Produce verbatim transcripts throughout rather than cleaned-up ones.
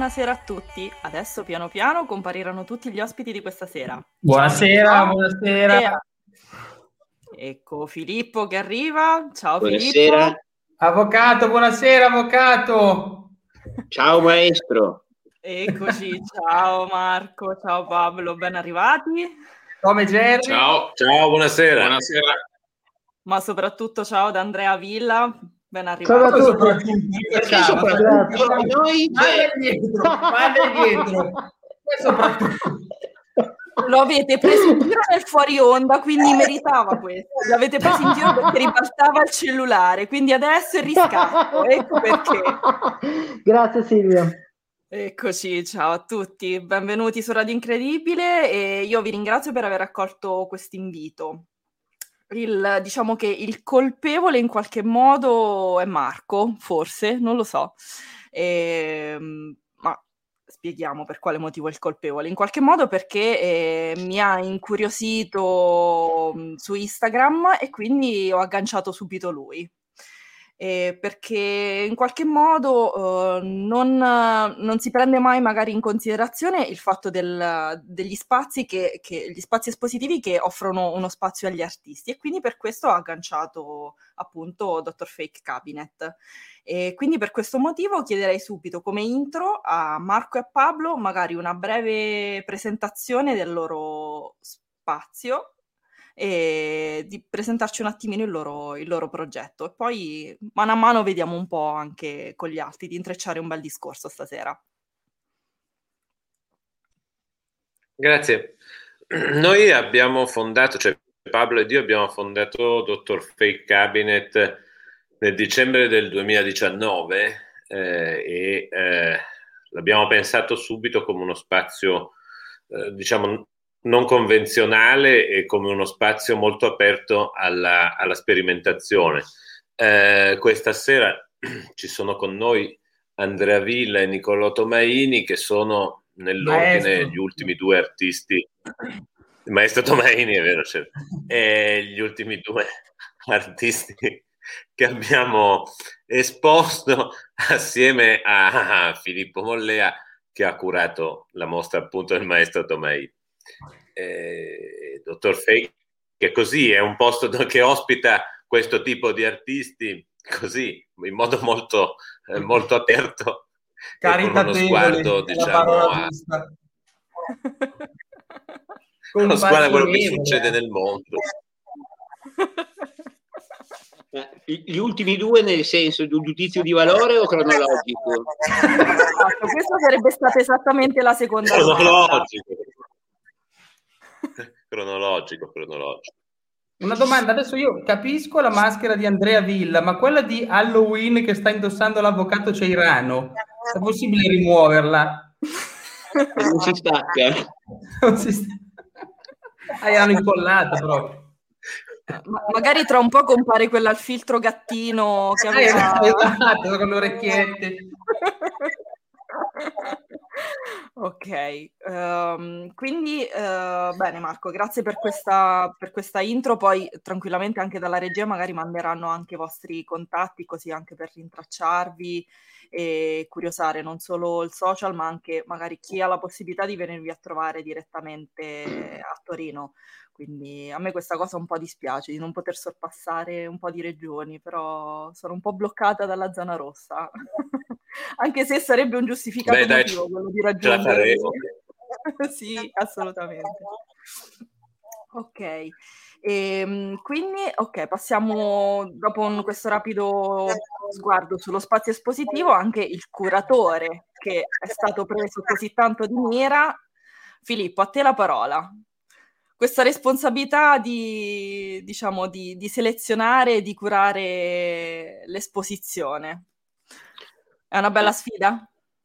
buonasera a tutti. Adesso piano piano compariranno tutti gli ospiti di questa sera. Buonasera, Ciao. buonasera. Ecco Filippo che arriva. Ciao Buonasera. Filippo. Avvocato, buonasera avvocato. Ciao maestro. Eccoci, ciao Marco, ciao Pablo, ben arrivati. Come Gerry? Ciao, ciao, buonasera. Buonasera. Ma soprattutto ciao ad Andrea Villa, ben arrivato. Ciao a tutti. Perché soprattutto noi Manda dietro, manda dietro. Soprattutto. Lo avete preso in giro nel fuori onda, quindi meritava questo. L'avete preso in giro perché ribaltava il cellulare, quindi adesso è riscatto, ecco perché. Grazie Silvia. Eccoci, ciao a tutti, benvenuti su Radio Incredibile e io vi ringrazio per aver accolto questo invito. Il, diciamo che il colpevole in qualche modo è Marco, forse, non lo so, e, ma spieghiamo per quale motivo è il colpevole. In qualche modo perché eh, mi ha incuriosito mh, su Instagram e quindi ho agganciato subito lui. Eh, perché in qualche modo eh, non, non si prende mai magari in considerazione il fatto del, degli spazi che, che gli spazi espositivi che offrono uno spazio agli artisti e quindi per questo ho agganciato appunto Doctor Fake Cabinet e quindi per questo motivo chiederei subito come intro a Marco e a Pablo magari una breve presentazione del loro spazio e di presentarci un attimino il loro, il loro progetto e poi mano a mano vediamo un po' anche con gli altri di intrecciare un bel discorso stasera. Grazie. Noi abbiamo fondato, cioè Pablo ed io abbiamo fondato Doctor Fake Cabinet nel dicembre del duemiladiciannove eh, e eh, l'abbiamo pensato subito come uno spazio, eh, diciamo, non convenzionale e come uno spazio molto aperto alla, alla sperimentazione. Eh, questa sera ci sono con noi Andrea Villa e Niccolò Tomaini, che sono nell'ordine Maestro. gli ultimi due artisti. Il maestro Tomaini, è vero, certo. E gli ultimi due artisti che abbiamo esposto assieme a Filippo Mollea, che ha curato la mostra appunto del maestro Tomaini. Eh, Doctor Fake, che così è un posto che ospita questo tipo di artisti così in modo molto, eh, molto aperto e con uno sguardo, diciamo, a, uno sguardo a quello che succede nel mondo. Gli ultimi due nel senso di un giudizio di valore o cronologico? Esatto, questa sarebbe stata esattamente la seconda cronologico. cronologico cronologico Una domanda, adesso io capisco la maschera di Andrea Villa, ma quella di Halloween che sta indossando l'avvocato Ceirano, è possibile rimuoverla? Non si stacca. Non si sta... Ah, erano incollate proprio. Ma magari tra un po' compare quella al filtro gattino che aveva... Esatto, con le orecchiette. Ok, um, quindi uh, bene Marco, grazie per questa, per questa intro, poi tranquillamente anche dalla regia magari manderanno anche i vostri contatti così anche per rintracciarvi e curiosare non solo il social ma anche magari chi ha la possibilità di venirvi a trovare direttamente a Torino. Quindi a me questa cosa un po' dispiace di non poter sorpassare un po' di regioni, però sono un po' bloccata dalla zona rossa, anche se sarebbe un giustificato Beh, dai, motivo quello di ce la raggiungere. faremo. Sì, assolutamente. Ok, e, quindi ok, passiamo dopo un, questo rapido sguardo sullo spazio espositivo, anche il curatore che è stato preso così tanto di mira. Filippo, a te la parola. Questa responsabilità di, diciamo, di, di selezionare e di curare l'esposizione. È una bella sfida?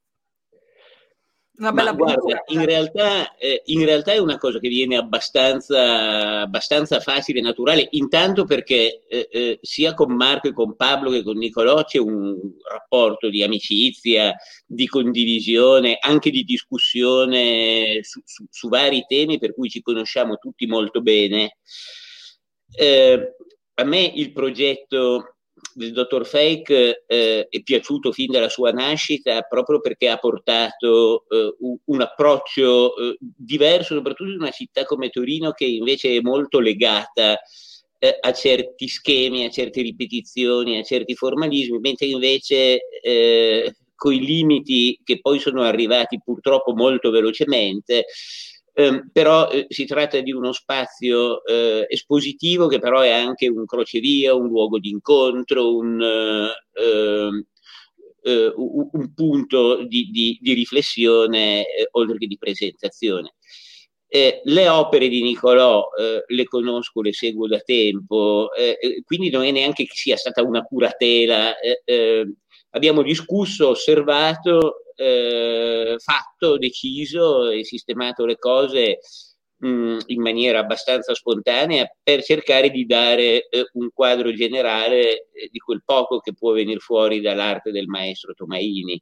Una bella Ma guarda, in realtà, eh, in realtà è una cosa che viene abbastanza, abbastanza facile e naturale, intanto perché eh, eh, sia con Marco e con Pablo che con Niccolò c'è un rapporto di amicizia, di condivisione, anche di discussione su, su, su vari temi per cui ci conosciamo tutti molto bene. Eh, a me il progetto del dottor Fake eh, è piaciuto fin dalla sua nascita proprio perché ha portato eh, un, un approccio eh, diverso, soprattutto in una città come Torino che invece è molto legata eh, a certi schemi, a certe ripetizioni, a certi formalismi, mentre invece eh, coi limiti che poi sono arrivati purtroppo molto velocemente, Um, però eh, si tratta di uno spazio eh, espositivo che però è anche un crocevia, un luogo di incontro, un, uh, uh, uh, un punto di, di, di riflessione eh, oltre che di presentazione. Eh, le opere di Niccolò eh, le conosco, le seguo da tempo, eh, quindi non è neanche che sia stata una curatela. Eh, eh, abbiamo discusso, osservato, Eh, fatto, deciso e sistemato le cose mh, in maniera abbastanza spontanea per cercare di dare eh, un quadro generale eh, di quel poco che può venire fuori dall'arte del maestro Tomaini.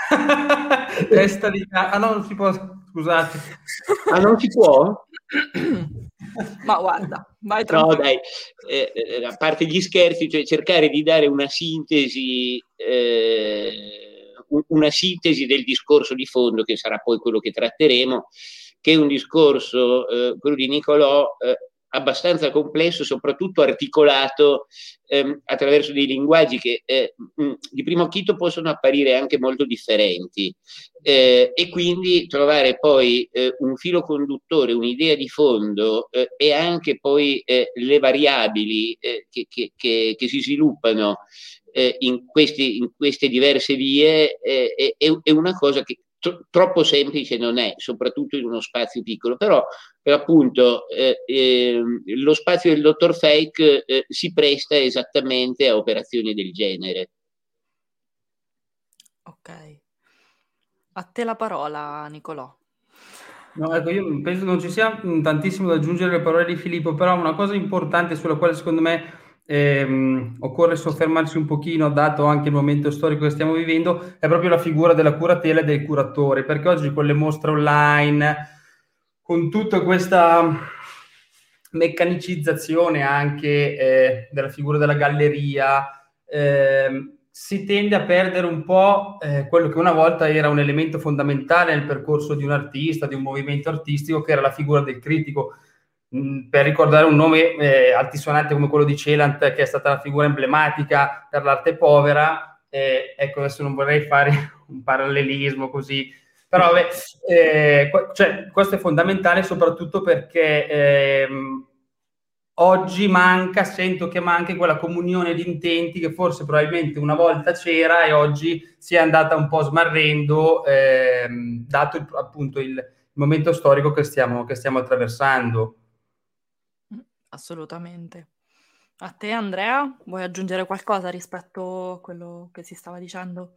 Testa di ca- ah no, non si può, scusate. Ah, non si può? Ma guarda, vai tranquillo. No, tranquillo. dai, eh, a parte gli scherzi, cioè cercare di dare una sintesi eh, una sintesi del discorso di fondo, che sarà poi quello che tratteremo, che è un discorso, eh, quello di Niccolò, eh, abbastanza complesso, soprattutto articolato ehm, attraverso dei linguaggi che eh, mh, di primo acchito possono apparire anche molto differenti, eh, e quindi trovare poi eh, un filo conduttore, un'idea di fondo eh, e anche poi eh, le variabili eh, che, che, che, che si sviluppano Eh, in, questi, in queste diverse vie eh, è, è una cosa che tro- troppo semplice non è, soprattutto in uno spazio piccolo, però per appunto eh, eh, lo spazio del dottor Fake eh, si presta esattamente a operazioni del genere. Ok, a te la parola, Niccolò. No, ecco, io penso non ci sia tantissimo da aggiungere alle parole di Filippo, però una cosa importante sulla quale secondo me ehm, occorre soffermarsi un pochino, dato anche il momento storico che stiamo vivendo, è proprio la figura della curatela e del curatore, perché oggi con le mostre online, con tutta questa meccanicizzazione anche eh, della figura della galleria, eh, si tende a perdere un po' eh, quello che una volta era un elemento fondamentale nel percorso di un artista, di un movimento artistico, che era la figura del critico. Mm, per ricordare un nome eh, altisonante come quello di Celant, che è stata la figura emblematica per l'arte povera, eh, ecco, adesso non vorrei fare un parallelismo così, però beh, eh, cioè, questo è fondamentale soprattutto perché ehm, oggi manca, sento che manca quella comunione di intenti che forse probabilmente una volta c'era e oggi si è andata un po' smarrendo, ehm, dato il, appunto il, il momento storico che stiamo, che stiamo attraversando. Assolutamente. A te, Andrea, vuoi aggiungere qualcosa rispetto a quello che si stava dicendo?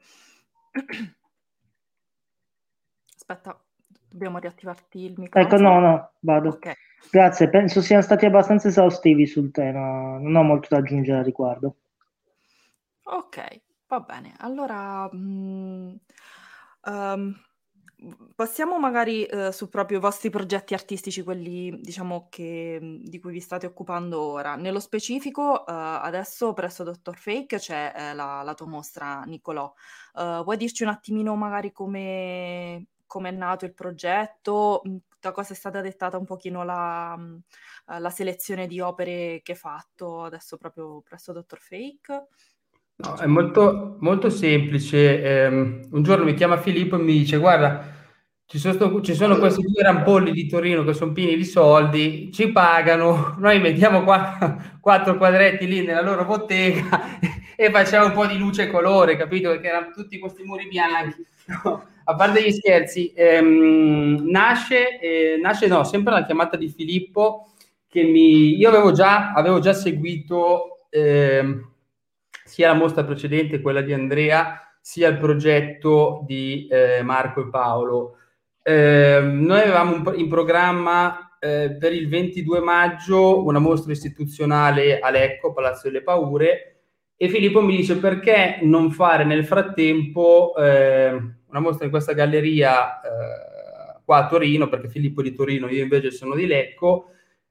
Aspetta, dobbiamo riattivarti il microfono. Ecco, no, no, vado. Okay. Grazie, penso siano stati abbastanza esaustivi sul tema, non ho molto da aggiungere al riguardo. Ok, va bene. Allora, mh, um, passiamo magari uh, su proprio i vostri progetti artistici, quelli diciamo che, di cui vi state occupando ora. Nello specifico, uh, adesso presso dottor Fake c'è eh, la, la tua mostra, Niccolò. Uh, vuoi dirci un attimino magari come come è nato il progetto, da cosa è stata dettata un pochino la, la selezione di opere che hai fatto adesso proprio presso dottor Fake? No, è molto, molto semplice. Eh, un giorno mi chiama Filippo e mi dice: guarda, ci sono, ci sono questi due rampolli di Torino che sono pieni di soldi, ci pagano, noi mettiamo quattro, quattro quadretti lì nella loro bottega e facciamo un po' di luce e colore, capito? Perché erano tutti questi muri bianchi. No, a parte gli scherzi, ehm, nasce, eh, nasce no, sempre la chiamata di Filippo che mi... Io avevo già, avevo già seguito ehm, sia la mostra precedente, quella di Andrea, sia il progetto di eh, Marco e Paolo. Eh, noi avevamo un, in programma eh, per il ventidue maggio una mostra istituzionale a Lecco, Palazzo delle Paure, e Filippo mi dice: perché non fare nel frattempo eh, una mostra in questa galleria eh, qua a Torino, perché Filippo è di Torino, io invece sono di Lecco,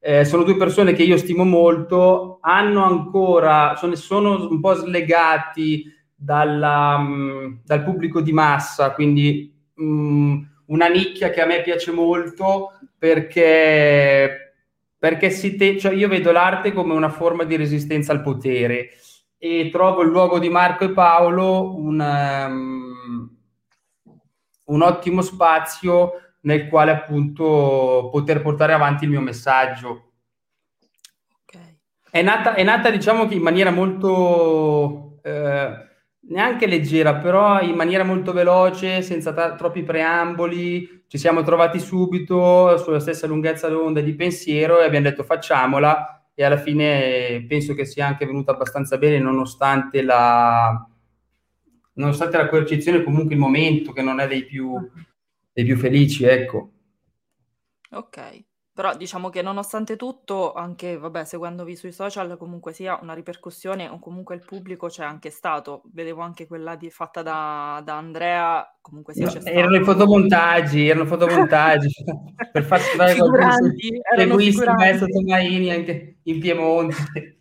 Eh, sono due persone che io stimo molto, hanno ancora, sono, sono un po' slegati dalla, mh, dal pubblico di massa, quindi mh, una nicchia che a me piace molto perché, perché si te, cioè io vedo l'arte come una forma di resistenza al potere e trovo il luogo di Marco e Paolo un, um, un ottimo spazio nel quale appunto poter portare avanti il mio messaggio. Okay. È nata, è nata diciamo che in maniera molto eh, neanche leggera, però in maniera molto veloce, senza tra- troppi preamboli. Ci siamo trovati subito sulla stessa lunghezza d'onda di pensiero e abbiamo detto facciamola, e alla fine penso che sia anche venuta abbastanza bene nonostante la nonostante la coercizione, comunque il momento che non è dei più, dei più felici, ecco. Ok, però diciamo che nonostante tutto, anche vabbè, seguendovi sui social, comunque sia una ripercussione o comunque il pubblico c'è anche stato. Vedevo anche quella di, fatta da, da Andrea, comunque sia No, c'è erano i stato. fotomontaggi, erano fotomontaggi per far sembrare qualcuno su- Figuranti, erano seguisse il maestro figuranti. Tomaini anche in Piemonte.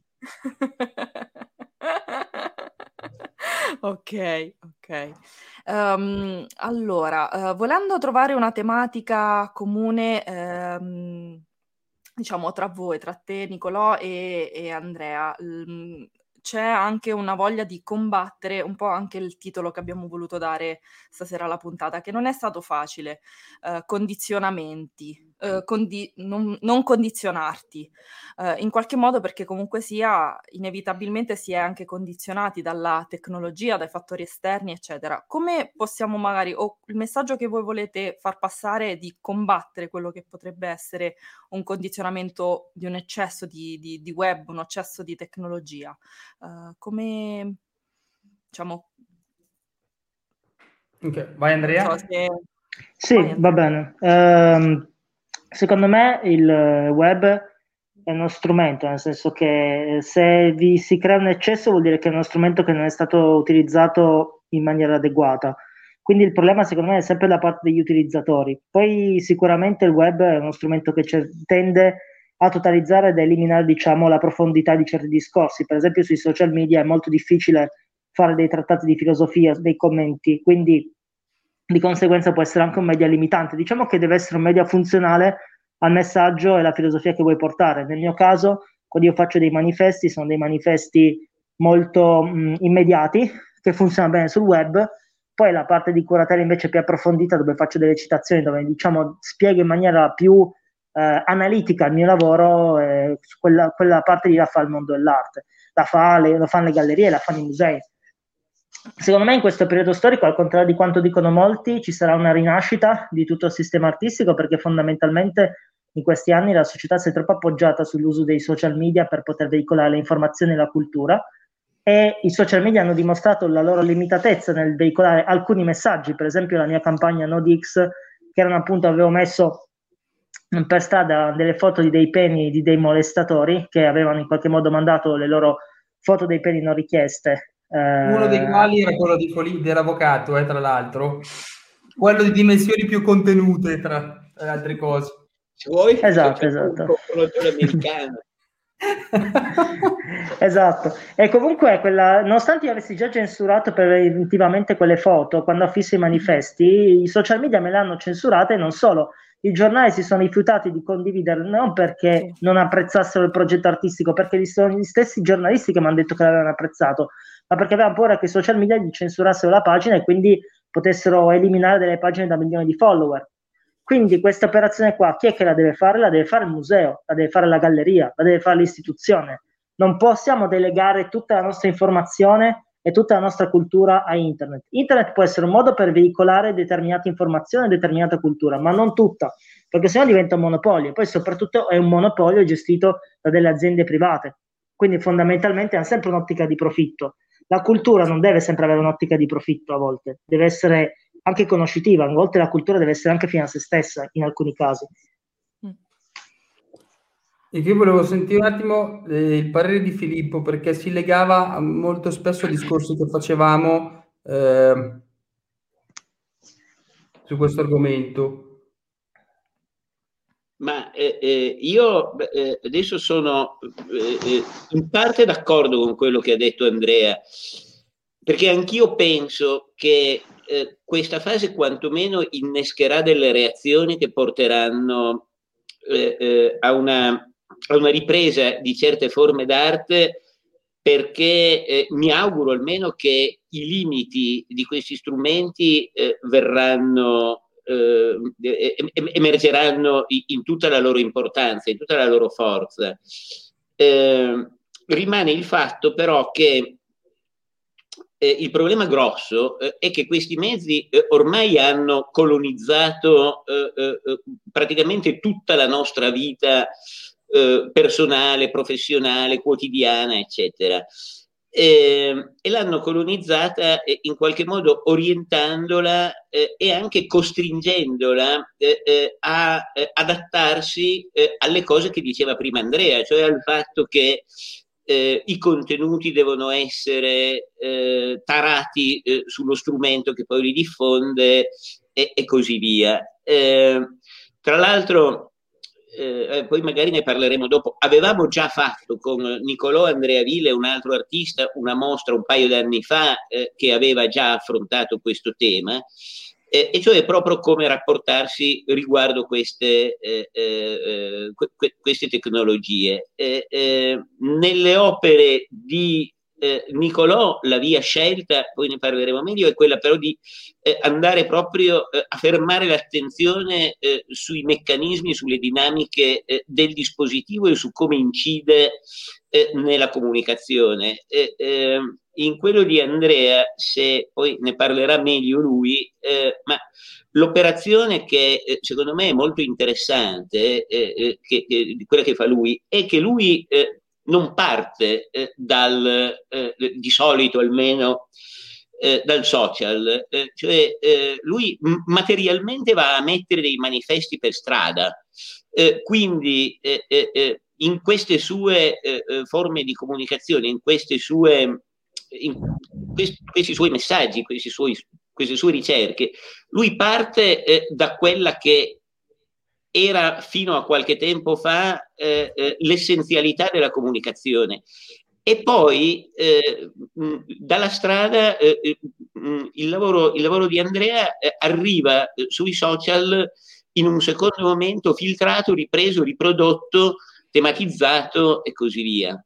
Ok, ok. Ehm, allora, eh, volendo trovare una tematica comune, ehm, diciamo, tra voi, tra te, Nicolò e, e Andrea, mm, c'è anche una voglia di combattere un po' anche il titolo che abbiamo voluto dare stasera alla puntata, che non è stato facile, eh, condizionamenti, eh, condi- non, non condizionarti, eh, in qualche modo perché comunque sia, inevitabilmente si è anche condizionati dalla tecnologia, dai fattori esterni, eccetera. Come possiamo magari, o il messaggio che voi volete far passare è di combattere quello che potrebbe essere un condizionamento di un eccesso di, di, di web, un eccesso di tecnologia. Uh, come, diciamo... Ok, vai Andrea. Non so se... Sì, vai, va bene. Ehm, secondo me il web è uno strumento, nel senso che se vi si crea un eccesso vuol dire che è uno strumento che non è stato utilizzato in maniera adeguata. Quindi il problema secondo me è sempre da parte degli utilizzatori. Poi sicuramente il web è uno strumento che tende a totalizzare ed eliminare, diciamo, la profondità di certi discorsi. Per esempio sui social media è molto difficile fare dei trattati di filosofia, dei commenti, quindi di conseguenza può essere anche un media limitante. Diciamo che deve essere un media funzionale al messaggio e alla filosofia che vuoi portare. Nel mio caso, quando io faccio dei manifesti, sono dei manifesti molto mh, immediati, che funzionano bene sul web. Poi la parte di curatello invece più approfondita, dove faccio delle citazioni, dove diciamo spiego in maniera più eh, analitica il mio lavoro, eh, quella, quella parte lì la fa il mondo dell'arte, la fa le, lo fanno le gallerie, la fanno i musei. Secondo me in questo periodo storico, al contrario di quanto dicono molti, ci sarà una rinascita di tutto il sistema artistico, perché fondamentalmente in questi anni la società si è troppo appoggiata sull'uso dei social media per poter veicolare le informazioni e la cultura, e i social media hanno dimostrato la loro limitatezza nel veicolare alcuni messaggi. Per esempio la mia campagna NoDix, che erano appunto, avevo messo per strada delle foto di dei peni di dei molestatori che avevano in qualche modo mandato le loro foto dei peni non richieste. Uno dei quali era quello di Foli, dell'avvocato, eh, tra l'altro, quello di dimensioni più contenute, tra, tra le altre cose. Se vuoi, esatto, c'è esatto. un calcolatore americano. Esatto. E comunque quella, nonostante io avessi già censurato preventivamente quelle foto quando ho fisso i manifesti, i social media me le hanno censurate, e non solo. I giornali si sono rifiutati di condividerle, non perché Sì. non apprezzassero il progetto artistico, perché sono gli stessi giornalisti che mi hanno detto che l'avevano apprezzato, ma perché avevano paura che i social media gli censurassero la pagina e quindi potessero eliminare delle pagine da milioni di follower. Quindi questa operazione qua, chi è che la deve fare? La deve fare il museo, la deve fare la galleria, la deve fare l'istituzione. Non possiamo delegare tutta la nostra informazione e tutta la nostra cultura a internet. Internet può essere un modo per veicolare determinate informazioni e determinata cultura, ma non tutta, perché sennò diventa un monopolio. Poi soprattutto è un monopolio gestito da delle aziende private, quindi fondamentalmente ha sempre un'ottica di profitto. La cultura non deve sempre avere un'ottica di profitto, a volte deve essere anche conoscitiva, a volte la cultura deve essere anche fine a se stessa in alcuni casi. E io volevo sentire un attimo eh, il parere di Filippo, perché si legava molto spesso al discorso che facevamo eh, su questo argomento. Ma eh, eh, io eh, adesso sono eh, in parte d'accordo con quello che ha detto Andrea, perché anch'io penso che eh, questa fase quantomeno innescherà delle reazioni che porteranno eh, eh, a, una, a una ripresa di certe forme d'arte, perché eh, mi auguro almeno che i limiti di questi strumenti eh, verranno eh, emergeranno in tutta la loro importanza, in tutta la loro forza. Eh, rimane il fatto però che eh, il problema grosso eh, è che questi mezzi eh, ormai hanno colonizzato eh, eh, praticamente tutta la nostra vita eh, personale, professionale, quotidiana, eccetera. Eh, e l'hanno colonizzata eh, in qualche modo orientandola eh, e anche costringendola eh, eh, a eh, adattarsi eh, alle cose che diceva prima Andrea, cioè al fatto che eh, i contenuti devono essere eh, tarati eh, sullo strumento che poi li diffonde e, e così via. Eh, tra l'altro, Eh, poi magari ne parleremo dopo, avevamo già fatto con Nicolò Andreaville, un altro artista, una mostra un paio d'anni fa eh, che aveva già affrontato questo tema, eh, e cioè proprio come rapportarsi riguardo queste, eh, eh, que- queste tecnologie. Eh, eh, nelle opere di Eh, Nicolò la via scelta, poi ne parleremo meglio, è quella però di eh, andare proprio eh, a fermare l'attenzione eh, sui meccanismi, sulle dinamiche eh, del dispositivo e su come incide eh, nella comunicazione. Eh, eh, in quello di Andrea, se poi ne parlerà meglio lui, eh, ma l'operazione che eh, secondo me è molto interessante, eh, eh, che, che, di quella che fa lui, è che lui eh, non parte eh, dal, eh, di solito almeno, eh, dal social, eh, cioè eh, lui m- materialmente va a mettere dei manifesti per strada, eh, quindi eh, eh, in queste sue eh, forme di comunicazione, in queste sue, in questi, questi suoi messaggi, questi suoi, queste sue ricerche, lui parte eh, da quella che era fino a qualche tempo fa eh, eh, l'essenzialità della comunicazione. E poi eh, mh, dalla strada eh, mh, il, lavoro, il lavoro di Andrea eh, arriva eh, sui social in un secondo momento filtrato, ripreso, riprodotto, tematizzato e così via.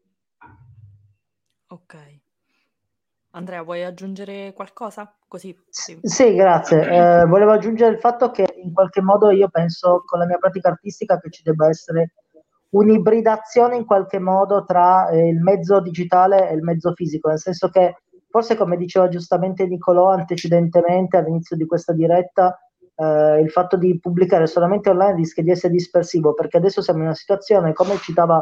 Ok. Andrea, vuoi aggiungere qualcosa? Così. Sì, sì grazie. Eh, volevo aggiungere il fatto che in qualche modo io penso con la mia pratica artistica che ci debba essere un'ibridazione in qualche modo tra eh, il mezzo digitale e il mezzo fisico, nel senso che forse, come diceva giustamente Nicolò antecedentemente all'inizio di questa diretta, eh, il fatto di pubblicare solamente online rischia di essere dispersivo, perché adesso siamo in una situazione, come citava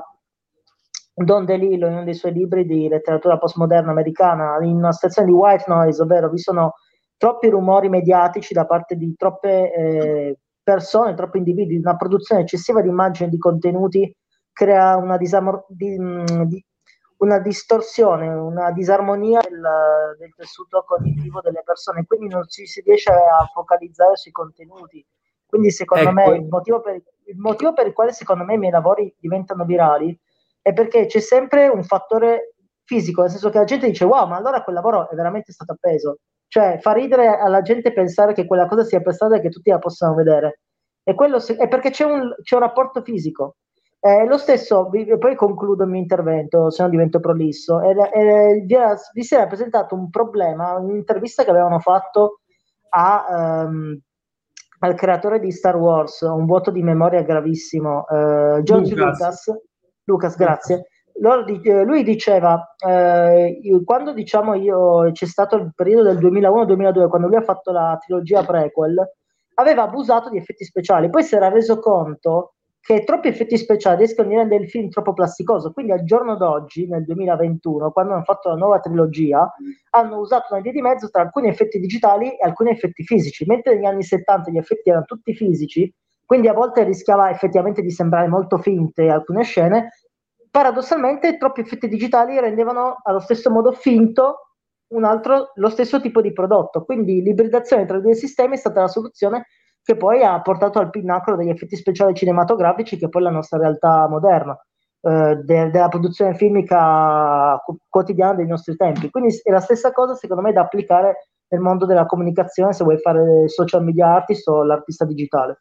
Don DeLillo in uno dei suoi libri di letteratura postmoderna americana, in una situazione di white noise, ovvero vi sono troppi rumori mediatici da parte di troppe eh, persone, troppi individui, una produzione eccessiva di immagini e di contenuti crea una, disarmo- di, di, una distorsione, una disarmonia del, del tessuto cognitivo delle persone, quindi non ci si riesce a focalizzare sui contenuti. Quindi secondo ecco. me il motivo, per, il motivo per il quale secondo me i miei lavori diventano virali è perché c'è sempre un fattore fisico, nel senso che la gente dice wow, ma allora quel lavoro è veramente stato appeso. Cioè fa ridere alla gente pensare che quella cosa sia prestata e che tutti la possano vedere. E quello se, è perché c'è un, c'è un rapporto fisico. Eh, lo stesso, vi, poi concludo il mio intervento, se no divento prolisso. E, e, vi, era, vi si era presentato un problema, un'intervista che avevano fatto a, um, al creatore di Star Wars, un vuoto di memoria gravissimo, uh, George Lucas. Lucas. Lucas, grazie. Lui diceva, eh, io, quando diciamo io c'è stato il periodo del duemilauno duemiladue, quando lui ha fatto la trilogia prequel, aveva abusato di effetti speciali, poi si era reso conto che troppi effetti speciali rischiano di rendere il film troppo plasticoso, quindi al giorno d'oggi, nel duemilaventuno, quando hanno fatto la nuova trilogia, hanno usato una via di mezzo tra alcuni effetti digitali e alcuni effetti fisici, mentre negli anni settanta gli effetti erano tutti fisici, quindi a volte rischiava effettivamente di sembrare molto finte alcune scene. Paradossalmente troppi effetti digitali rendevano allo stesso modo finto un altro, lo stesso tipo di prodotto, quindi l'ibridazione tra i due sistemi è stata la soluzione che poi ha portato al pinnacolo degli effetti speciali cinematografici, che poi è la nostra realtà moderna, eh, de- della produzione filmica co- quotidiana dei nostri tempi. Quindi è la stessa cosa, secondo me, da applicare nel mondo della comunicazione, se vuoi fare social media artist o l'artista digitale.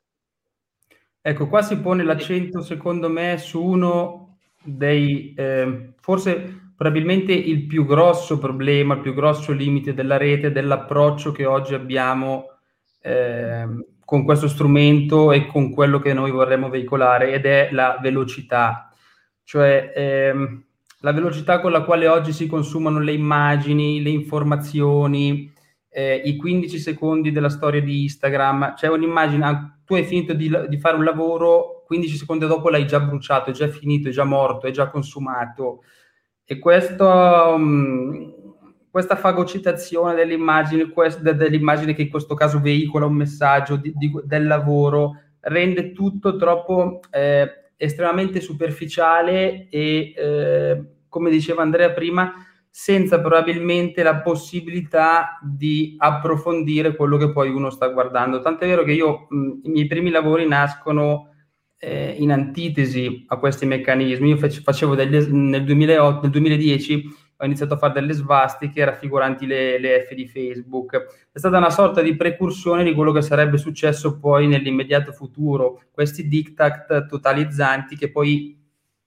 Ecco, qua si pone l'accento, secondo me, su uno dei, eh, forse probabilmente il più grosso problema, il più grosso limite della rete, dell'approccio che oggi abbiamo eh, con questo strumento e con quello che noi vorremmo veicolare, ed è la velocità. Cioè ehm, la velocità con la quale oggi si consumano le immagini, le informazioni, eh, i quindici secondi della storia di Instagram. C'è un'immagine, ah, tu hai finito di, di fare un lavoro, quindici secondi dopo l'hai già bruciato, è già finito, è già morto, è già consumato. E questo, um, questa fagocitazione dell'immagine, quest, dell'immagine che in questo caso veicola un messaggio di, di, del lavoro, rende tutto troppo eh, estremamente superficiale e, eh, come diceva Andrea prima, senza probabilmente la possibilità di approfondire quello che poi uno sta guardando. Tant'è vero che io, mh, i miei primi lavori nascono eh, in antitesi a questi meccanismi. Io facevo delle, nel duemilaotto, nel duemiladieci ho iniziato a fare delle svastiche raffiguranti le, le F di Facebook. È stata una sorta di precursione di quello che sarebbe successo poi nell'immediato futuro, questi diktat totalizzanti che poi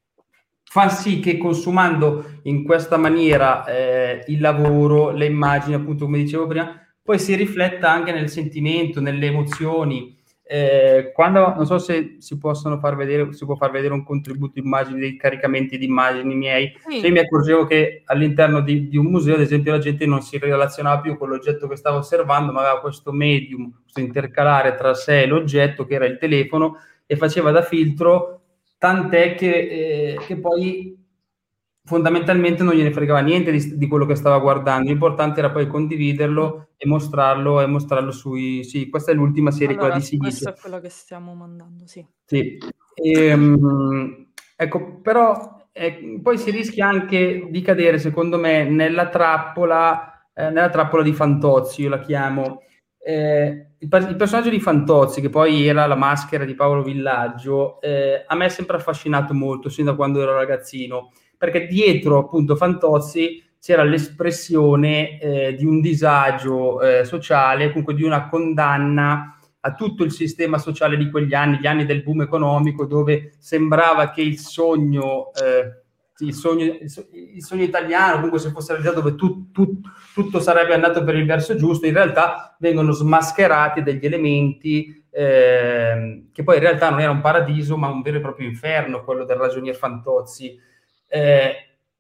fa sì che, consumando in questa maniera eh, il lavoro, le immagini, appunto come dicevo prima, poi si rifletta anche nel sentimento, nelle emozioni. Eh, quando, non so se si possono far vedere, si può far vedere un contributo immagini, dei caricamenti di immagini miei. Sì. Cioè, mi accorgevo che all'interno di, di un museo, ad esempio, la gente non si relazionava più con l'oggetto che stava osservando, ma aveva questo medium, questo intercalare tra sé e l'oggetto, che era il telefono, e faceva da filtro, tant'è che, eh, che poi fondamentalmente non gliene fregava niente di, di quello che stava guardando. L'importante era poi condividerlo e mostrarlo, e mostrarlo sui... Sì, questa è l'ultima serie, Allora, quella di Silicio. questo è quello che stiamo mandando, sì. Sì. E, um, ecco, però eh, poi si rischia anche di cadere, secondo me, nella trappola, eh, nella trappola di Fantozzi, io la chiamo. Eh, il, il personaggio di Fantozzi, che poi era la maschera di Paolo Villaggio, eh, a me è sempre affascinato molto, sin da quando ero ragazzino, perché dietro appunto Fantozzi c'era l'espressione eh, di un disagio eh, sociale, comunque di una condanna a tutto il sistema sociale di quegli anni, gli anni del boom economico, dove sembrava che il sogno, eh, il sogno, il sogno italiano, comunque se fosse realizzato, dove tu, tu, tutto sarebbe andato per il verso giusto, in realtà vengono smascherati degli elementi eh, che poi in realtà non era un paradiso, ma un vero e proprio inferno, quello del ragionier Fantozzi. Eh,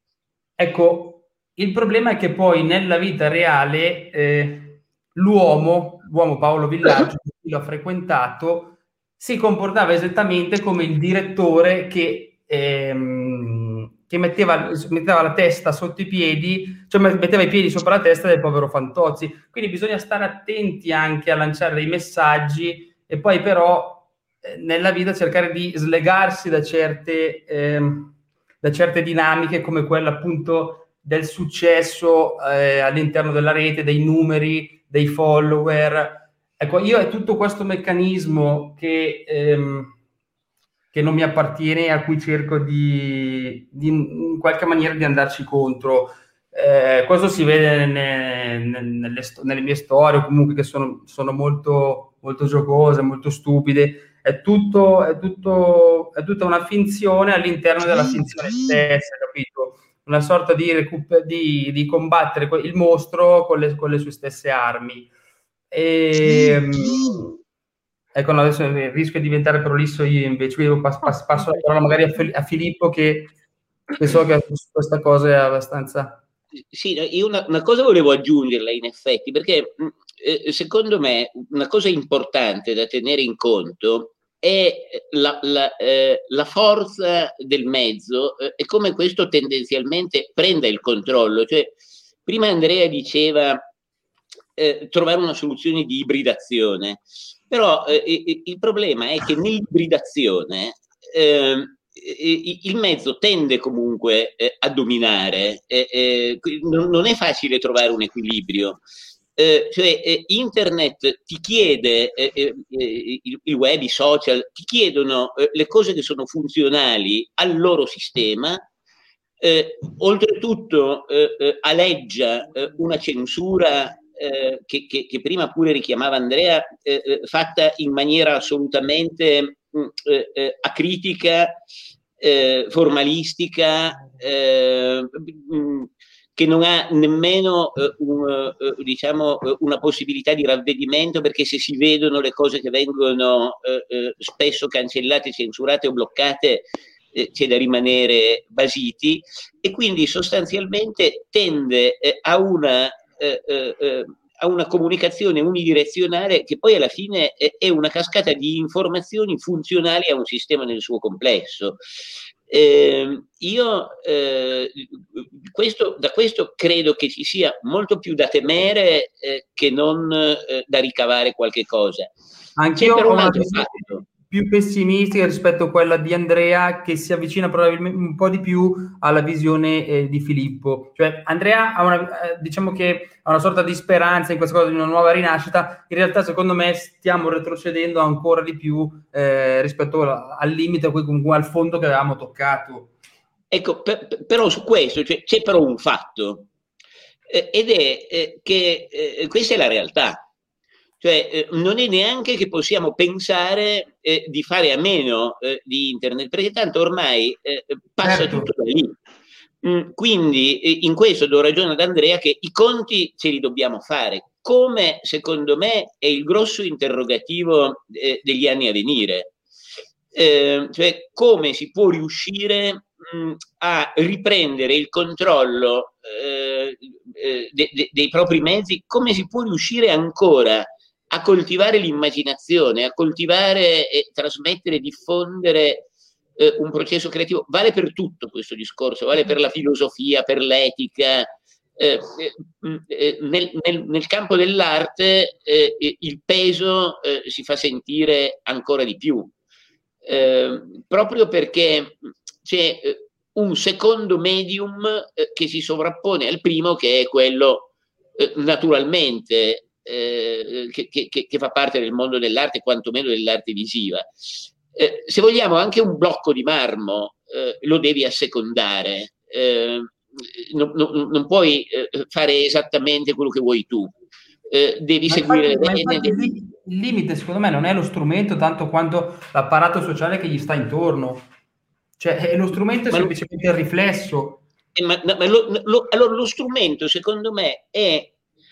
ecco, il problema è che poi nella vita reale eh, l'uomo, l'uomo Paolo Villaggio, che l'ho frequentato, si comportava esattamente come il direttore che, ehm, che metteva, metteva la testa sotto i piedi, cioè metteva i piedi sopra la testa del povero Fantozzi. Quindi bisogna stare attenti anche a lanciare dei messaggi e poi però eh, nella vita cercare di slegarsi da certe... Ehm, da certe dinamiche come quella appunto del successo eh, all'interno della rete, dei numeri, dei follower. Ecco, io è tutto questo meccanismo che, ehm, che non mi appartiene e a cui cerco di, di in qualche maniera di andarci contro. Eh, questo si vede nelle, nelle, nelle mie storie, comunque, che sono, sono molto, molto giocose, molto stupide. È tutto, è tutto, è tutta una finzione all'interno della finzione stessa, capito? Una sorta di, recuper- di, di combattere il mostro con le, con le sue stesse armi. E, ecco, no, adesso rischio di diventare prolisso io, invece io passo, passo, passo la parola magari a, Fi- a Filippo, che, che so che questa cosa è abbastanza... Sì, io una, una cosa volevo aggiungerla in effetti, perché eh, secondo me una cosa importante da tenere in conto è la, la, eh, la forza del mezzo eh, e come questo tendenzialmente prenda il controllo. Cioè, prima Andrea diceva eh, trovare una soluzione di ibridazione, però eh, il problema è che nell'ibridazione eh, il mezzo tende comunque eh, a dominare, eh, eh, non è facile trovare un equilibrio. Eh, cioè eh, internet ti chiede, eh, eh, il, il web, i social, ti chiedono eh, le cose che sono funzionali al loro sistema, eh, oltretutto eh, eh, aleggia eh, una censura eh, che, che, che prima pure richiamava Andrea, eh, eh, fatta in maniera assolutamente mh, eh, acritica, eh, formalistica, eh, mh, che non ha nemmeno eh, un, eh, diciamo, una possibilità di ravvedimento, perché se si vedono le cose che vengono eh, eh, spesso cancellate, censurate o bloccate, eh, c'è da rimanere basiti, e quindi sostanzialmente tende eh, a, una, eh, eh, a una comunicazione unidirezionale che poi alla fine è, è una cascata di informazioni funzionali a un sistema nel suo complesso. Eh, io eh, questo, da questo credo che ci sia molto più da temere eh, che non eh, da ricavare qualche cosa. Anch'io ho una visione più pessimistica rispetto a quella di Andrea, che si avvicina probabilmente un po' di più alla visione eh, di Filippo. Cioè Andrea ha una, eh, diciamo che ha una sorta di speranza in questa cosa di una nuova rinascita. In realtà secondo me stiamo retrocedendo ancora di più eh, rispetto al limite, comunque al fondo che avevamo toccato. Ecco, per, però su questo cioè, c'è però un fatto eh, ed è eh, che eh, questa è la realtà. Cioè, eh, non è neanche che possiamo pensare eh, di fare a meno eh, di internet, perché tanto ormai eh, passa certo. tutto da lì. Mm, quindi eh, in questo do ragione ad Andrea che i conti ce li dobbiamo fare, come secondo me è il grosso interrogativo eh, degli anni a venire. Eh, cioè come si può riuscire mh, a riprendere il controllo eh, eh, de- de- dei propri mezzi, come si può riuscire ancora a coltivare l'immaginazione, a coltivare e trasmettere, diffondere eh, un processo creativo. Vale per tutto questo discorso, vale per la filosofia, per l'etica. Eh, eh, nel, nel, nel campo dell'arte eh, il peso eh, si fa sentire ancora di più, eh, proprio perché c'è un secondo medium eh, che si sovrappone al primo, che è quello eh, naturalmente Eh, che, che, che fa parte del mondo dell'arte, quantomeno dell'arte visiva. Eh, se vogliamo anche un blocco di marmo eh, lo devi assecondare, eh, non, non, non puoi eh, fare esattamente quello che vuoi tu, eh, devi ma seguire infatti, le ma vene. Il limite secondo me non è lo strumento tanto quanto l'apparato sociale che gli sta intorno, cioè lo strumento è ma semplicemente lo, il riflesso. Eh, ma, ma lo, lo, allora lo strumento secondo me è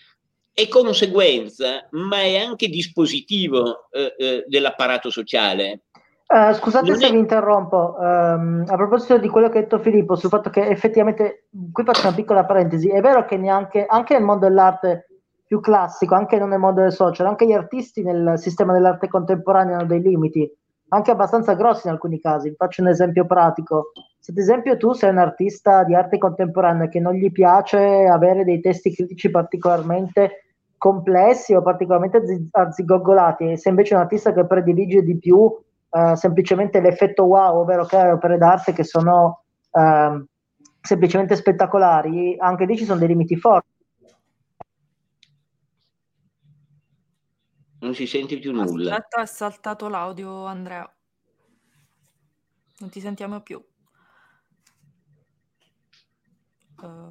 è conseguenza, ma è anche dispositivo eh, eh, dell'apparato sociale. Uh, scusate non se è... vi interrompo, um, a proposito di quello che ha detto Filippo, sul fatto che effettivamente, qui faccio una piccola parentesi, è vero che neanche, anche nel mondo dell'arte più classico, anche non nel mondo del social, anche gli artisti nel sistema dell'arte contemporanea hanno dei limiti, anche abbastanza grossi in alcuni casi. Vi faccio un esempio pratico. Se ad esempio tu sei un artista di arte contemporanea che non gli piace avere dei testi critici particolarmente complessi o particolarmente azzigoggolati, e se invece è un artista che predilige di più uh, semplicemente l'effetto wow, ovvero creare opere d'arte che sono uh, semplicemente spettacolari, anche lì ci sono dei limiti forti. Non si sente più nulla. Aspetta, è saltato l'audio, Andrea. Non ti sentiamo più. Uh,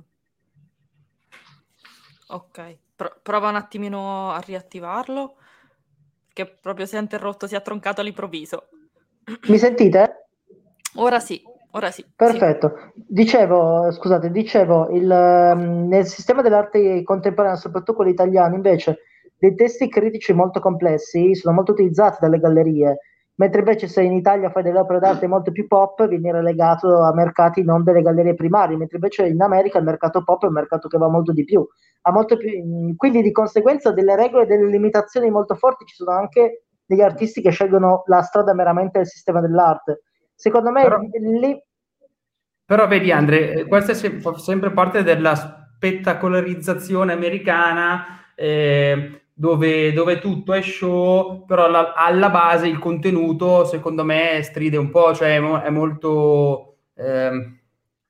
ok, Pro- prova un attimino a riattivarlo, perché proprio si è interrotto, si è troncato all'improvviso. Mi sentite? Ora sì, ora sì. Perfetto. Sì. Dicevo, scusate, dicevo, il, nel sistema dell'arte contemporanea, soprattutto quello italiano, invece, dei testi critici molto complessi sono molto utilizzati dalle gallerie, mentre invece se in Italia fai delle opere d'arte molto più pop vieni relegato a mercati non delle gallerie primarie, mentre invece in America il mercato pop è un mercato che va molto di più, ha molto più, quindi di conseguenza delle regole e delle limitazioni molto forti. Ci sono anche degli artisti che scelgono la strada meramente del sistema dell'arte. Secondo me però, lì... però vedi Andre, questa è sempre parte della spettacolarizzazione americana, eh, Dove, dove tutto è show, però alla, alla base il contenuto secondo me stride un po', cioè è, mo, è molto eh,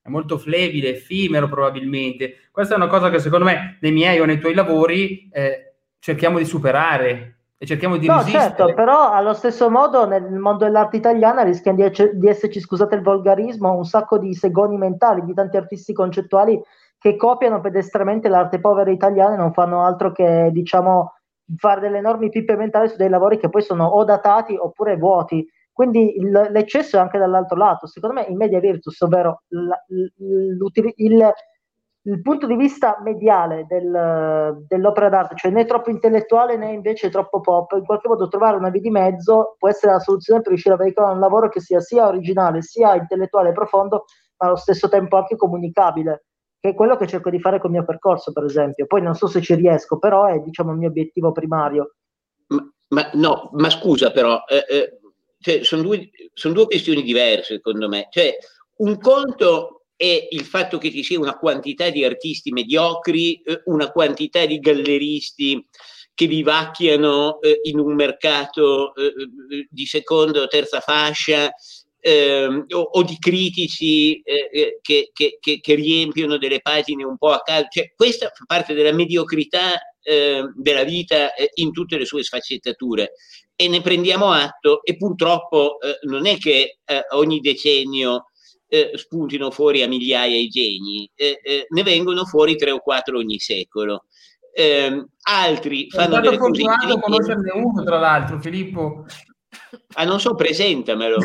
è molto flebile, effimero probabilmente. Questa è una cosa che secondo me nei miei o nei tuoi lavori eh, cerchiamo di superare e cerchiamo di No, resistere. certo, però allo stesso modo nel mondo dell'arte italiana rischia di, ecce- di esserci, scusate il volgarismo, un sacco di segoni mentali, di tanti artisti concettuali che copiano pedestramente l'arte povera italiana e non fanno altro che, diciamo, fare delle enormi pippe mentali su dei lavori che poi sono o datati oppure vuoti. Quindi il- l'eccesso è anche dall'altro lato. Secondo me in media virtus, ovvero la- l- l'utili- il, il punto di vista mediale del- dell'opera d'arte, cioè né troppo intellettuale né invece troppo pop, in qualche modo trovare una via di mezzo può essere la soluzione per riuscire a veicolare un lavoro che sia sia originale, sia intellettuale e profondo, ma allo stesso tempo anche comunicabile, che è quello che cerco di fare col mio percorso, per esempio. Poi non so se ci riesco, però è, diciamo, il mio obiettivo primario. Ma, ma no, ma scusa però, eh, eh, cioè, sono due, son due questioni diverse secondo me. Cioè, un conto è il fatto che ci sia una quantità di artisti mediocri, eh, una quantità di galleristi che vivacchiano eh, in un mercato eh, di seconda o terza fascia, eh, o, o di critici eh, che, che, che, che riempiono delle pagine un po' a caso. Cioè, questa fa parte della mediocrità eh, della vita eh, in tutte le sue sfaccettature, e ne prendiamo atto, e purtroppo eh, non è che eh, ogni decennio eh, spuntino fuori a migliaia i geni, eh, eh, ne vengono fuori tre o quattro ogni secolo. Eh, altri Sono fanno stato delle cose fortunato a intelligenti. conoscerne uno, tra l'altro, Filippo. Ah, non so, presentamelo.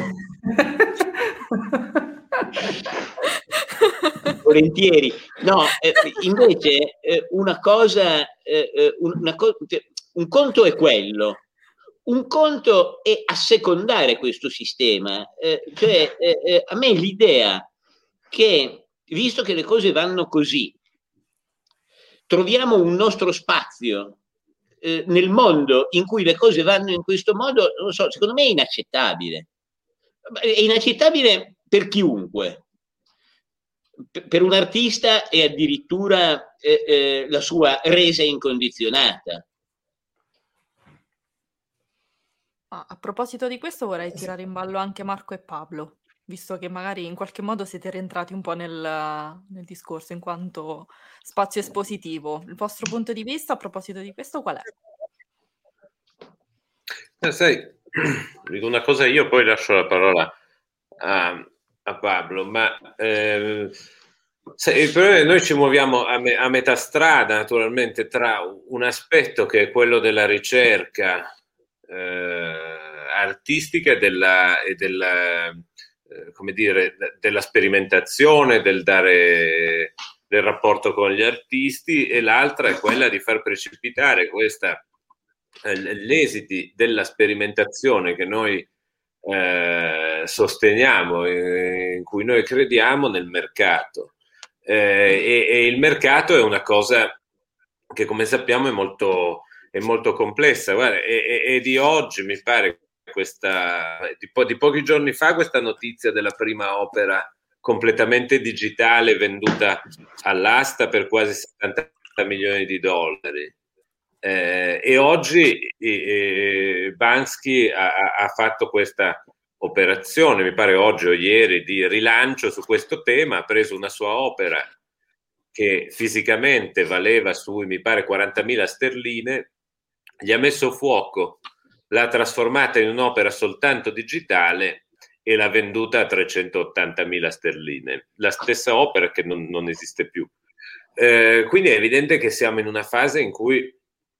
Volentieri. No, eh, invece eh, una cosa, eh, una co- un conto è quello, un conto è assecondare questo sistema. Eh, cioè, eh, eh, a me l'idea che, visto che le cose vanno così, troviamo un nostro spazio eh, nel mondo in cui le cose vanno in questo modo, non so, secondo me è inaccettabile. È inaccettabile per chiunque. Per un artista è addirittura eh, eh, la sua resa incondizionata. Ah, a proposito di questo vorrei tirare in ballo anche Marco e Pablo, visto che magari in qualche modo siete rientrati un po' nel, nel discorso in quanto spazio espositivo. Il vostro punto di vista a proposito di questo qual è? Eh, sai, dico una cosa io, poi lascio la parola a, a Pablo, ma eh, sai, il problema è che noi ci muoviamo a, me, a metà strada, naturalmente, tra un aspetto che è quello della ricerca eh, artistica e della, e della eh, come dire, della sperimentazione, del dare del rapporto con gli artisti, e l'altra è quella di far precipitare questa gli esiti della sperimentazione che noi eh, sosteniamo, eh, in cui noi crediamo, nel mercato. Eh, e, e il mercato è una cosa che, come sappiamo, è molto, è molto complessa. Guarda, e, e, e di oggi mi pare questa, di, po- di pochi giorni fa, questa notizia della prima opera completamente digitale venduta all'asta per quasi settanta milioni di dollari. Eh, e oggi eh, Banksy ha, ha fatto questa operazione, mi pare oggi o ieri, di rilancio su questo tema. Ha preso una sua opera che fisicamente valeva sui, mi pare, quarantamila sterline, gli ha messo fuoco, l'ha trasformata in un'opera soltanto digitale e l'ha venduta a trecentottantamila sterline, la stessa opera che non, non esiste più. Eh, quindi è evidente che siamo in una fase in cui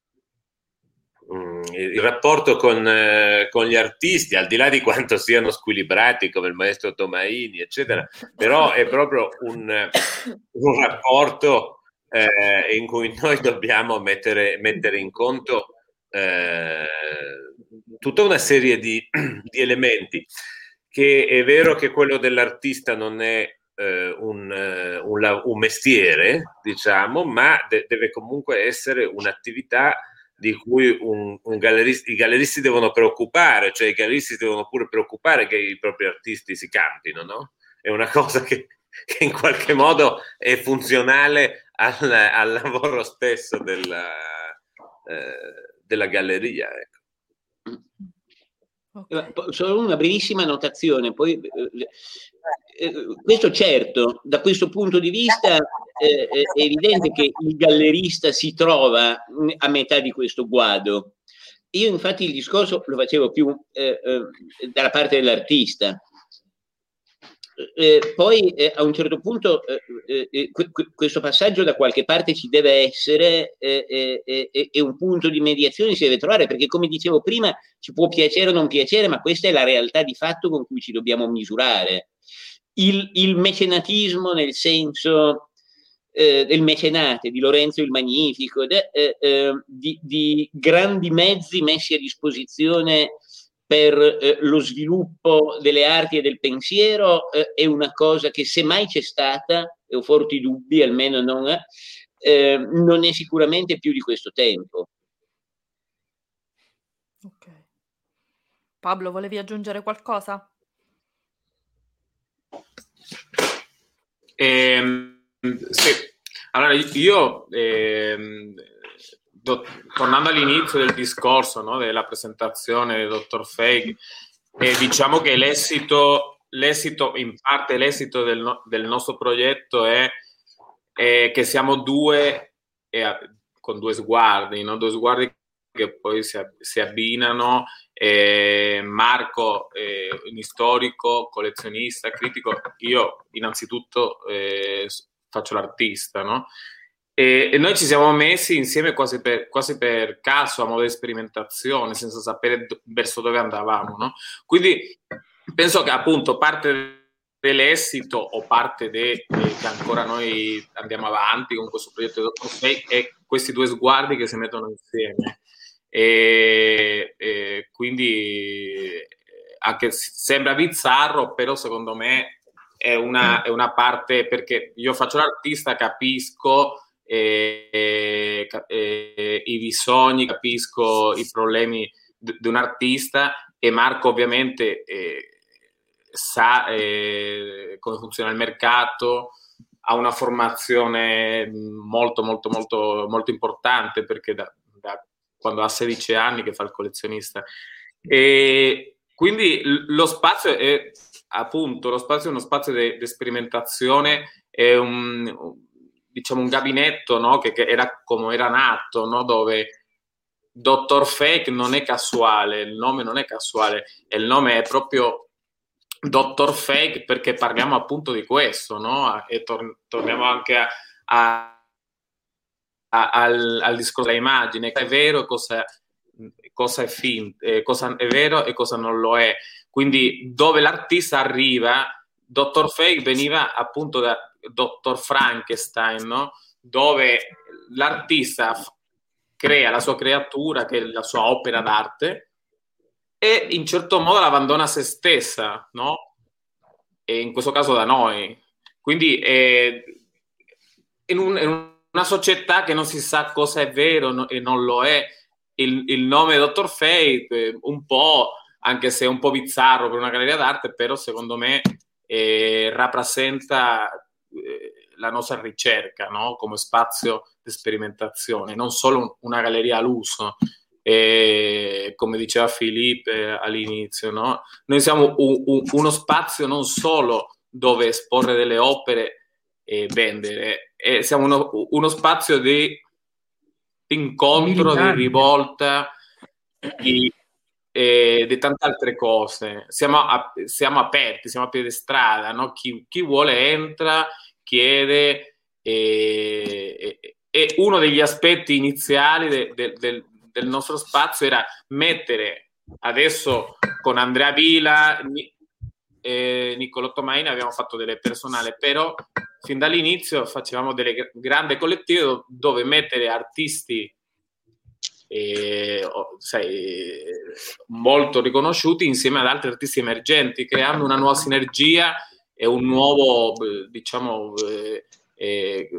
il rapporto con, eh, con gli artisti, al di là di quanto siano squilibrati come il maestro Tomaini, eccetera, però è proprio un, un rapporto eh, in cui noi dobbiamo mettere, mettere in conto eh, tutta una serie di, di elementi, che è vero che quello dell'artista non è eh, un, un, un mestiere, diciamo, ma de- deve comunque essere un'attività di cui un, un gallerista, i galleristi devono preoccupare, cioè i galleristi devono pure preoccupare che i propri artisti si campino, no? È una cosa che, che in qualche modo è funzionale al, al lavoro stesso della, eh, della galleria. Ecco. Okay. Solo una brevissima notazione, poi eh, eh, questo certo, da questo punto di vista eh, è evidente che il gallerista si trova a metà di questo guado. Io infatti il discorso lo facevo più eh, eh, dalla parte dell'artista. Eh, poi eh, a un certo punto eh, eh, questo passaggio da qualche parte ci deve essere eh, eh, eh, e un punto di mediazione si deve trovare, perché come dicevo prima ci può piacere o non piacere, ma questa è la realtà di fatto con cui ci dobbiamo misurare. Il, il mecenatismo nel senso eh, del mecenate di Lorenzo il Magnifico, de, eh, eh, di, di grandi mezzi messi a disposizione per eh, lo sviluppo delle arti e del pensiero eh, è una cosa che se mai c'è stata, e ho forti dubbi, almeno non, eh, non è sicuramente più di questo tempo. Ok. Pablo, volevi aggiungere qualcosa? Eh, sì. Allora io ehm, do, tornando all'inizio del discorso, no, della presentazione del dottor Feig, eh, diciamo che l'esito, l'esito in parte l'esito del, no, del nostro progetto è, è che siamo due eh, con due sguardi, no? Due sguardi che poi si, si abbinano. Eh, Marco è un storico, collezionista, critico. Io innanzitutto eh, faccio l'artista, no? E, e noi ci siamo messi insieme quasi per, quasi per caso, a modo di sperimentazione, senza sapere do, verso dove andavamo, no? Quindi penso che appunto parte dell'esito o parte de, de, che ancora noi andiamo avanti con questo progetto di dottor Feig è questi due sguardi che si mettono insieme. E, e quindi anche sembra bizzarro, però secondo me è una, è una parte, perché io faccio l'artista, capisco eh, eh, i bisogni, capisco i problemi di un artista, e Marco ovviamente eh, sa eh, come funziona il mercato, ha una formazione molto molto molto molto importante, perché da, da quando ha sedici anni che fa il collezionista, e quindi lo spazio è appunto lo spazio è uno spazio di sperimentazione, è un, diciamo un gabinetto, no? che, che era come era nato, no? Dove dottor Feig non è casuale, il nome non è casuale, e il nome è proprio dottor Feig perché parliamo appunto di questo, no? E tor- torniamo anche a, a Al, al discorso dell'immagine, cosa è vero e cosa, cosa è finto, eh, cosa è vero e cosa non lo è. Quindi dove l'artista arriva, dottor Feig veniva appunto da dottor Frankenstein, no? Dove l'artista f- crea la sua creatura, che è la sua opera d'arte, e in certo modo l'abbandona a se stessa, no? E in questo caso da noi. Quindi è in un, in un una società che non si sa cosa è vero no, e non lo è. Il, il nome dottor Feig eh, un po', anche se è un po' bizzarro per una galleria d'arte, però secondo me eh, rappresenta eh, la nostra ricerca, no? Come spazio di sperimentazione, non solo una galleria all'uso. E, come diceva Filippo eh, all'inizio, no? Noi siamo un, un, uno spazio non solo dove esporre delle opere e vendere, e siamo uno, uno spazio di incontro, militante, di rivolta, di, eh, di tante altre cose. Siamo, a, siamo aperti, siamo a piede strada, no? Chi, chi vuole entra, chiede, e, e, e uno degli aspetti iniziali de, de, de, del nostro spazio era mettere, adesso con Andrea Vila e Niccolò Tomaini abbiamo fatto delle personale, però fin dall'inizio facevamo delle grandi collettive dove mettere artisti eh, sai, molto riconosciuti insieme ad altri artisti emergenti, creando una nuova sinergia e un nuovo, diciamo, eh, eh,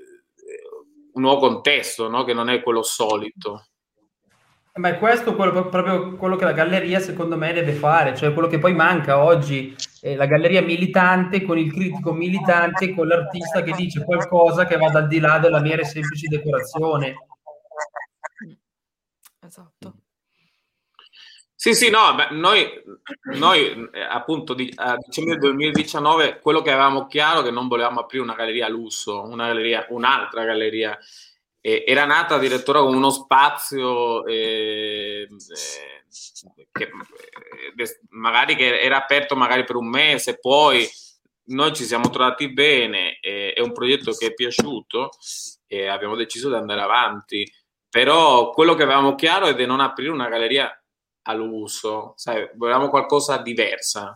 un nuovo contesto, no? Che non è quello solito. Ma è questo quello, proprio quello che la galleria secondo me deve fare, cioè quello che poi manca oggi, è la galleria militante con il critico militante, con l'artista che dice qualcosa che vada al di là della mera e semplice decorazione. Esatto. Sì, sì, no, beh, noi, noi eh, appunto di, a dicembre duemiladiciannove quello che avevamo chiaro è che non volevamo aprire una galleria a lusso, una galleria, un'altra galleria. E, era nata addirittura con uno spazio eh, eh, che eh, magari che era aperto magari per un mese, poi noi ci siamo trovati bene, eh, è un progetto che è piaciuto e abbiamo deciso di andare avanti. Però quello che avevamo chiaro è di non aprire una galleria all'uso, sai, volevamo qualcosa diversa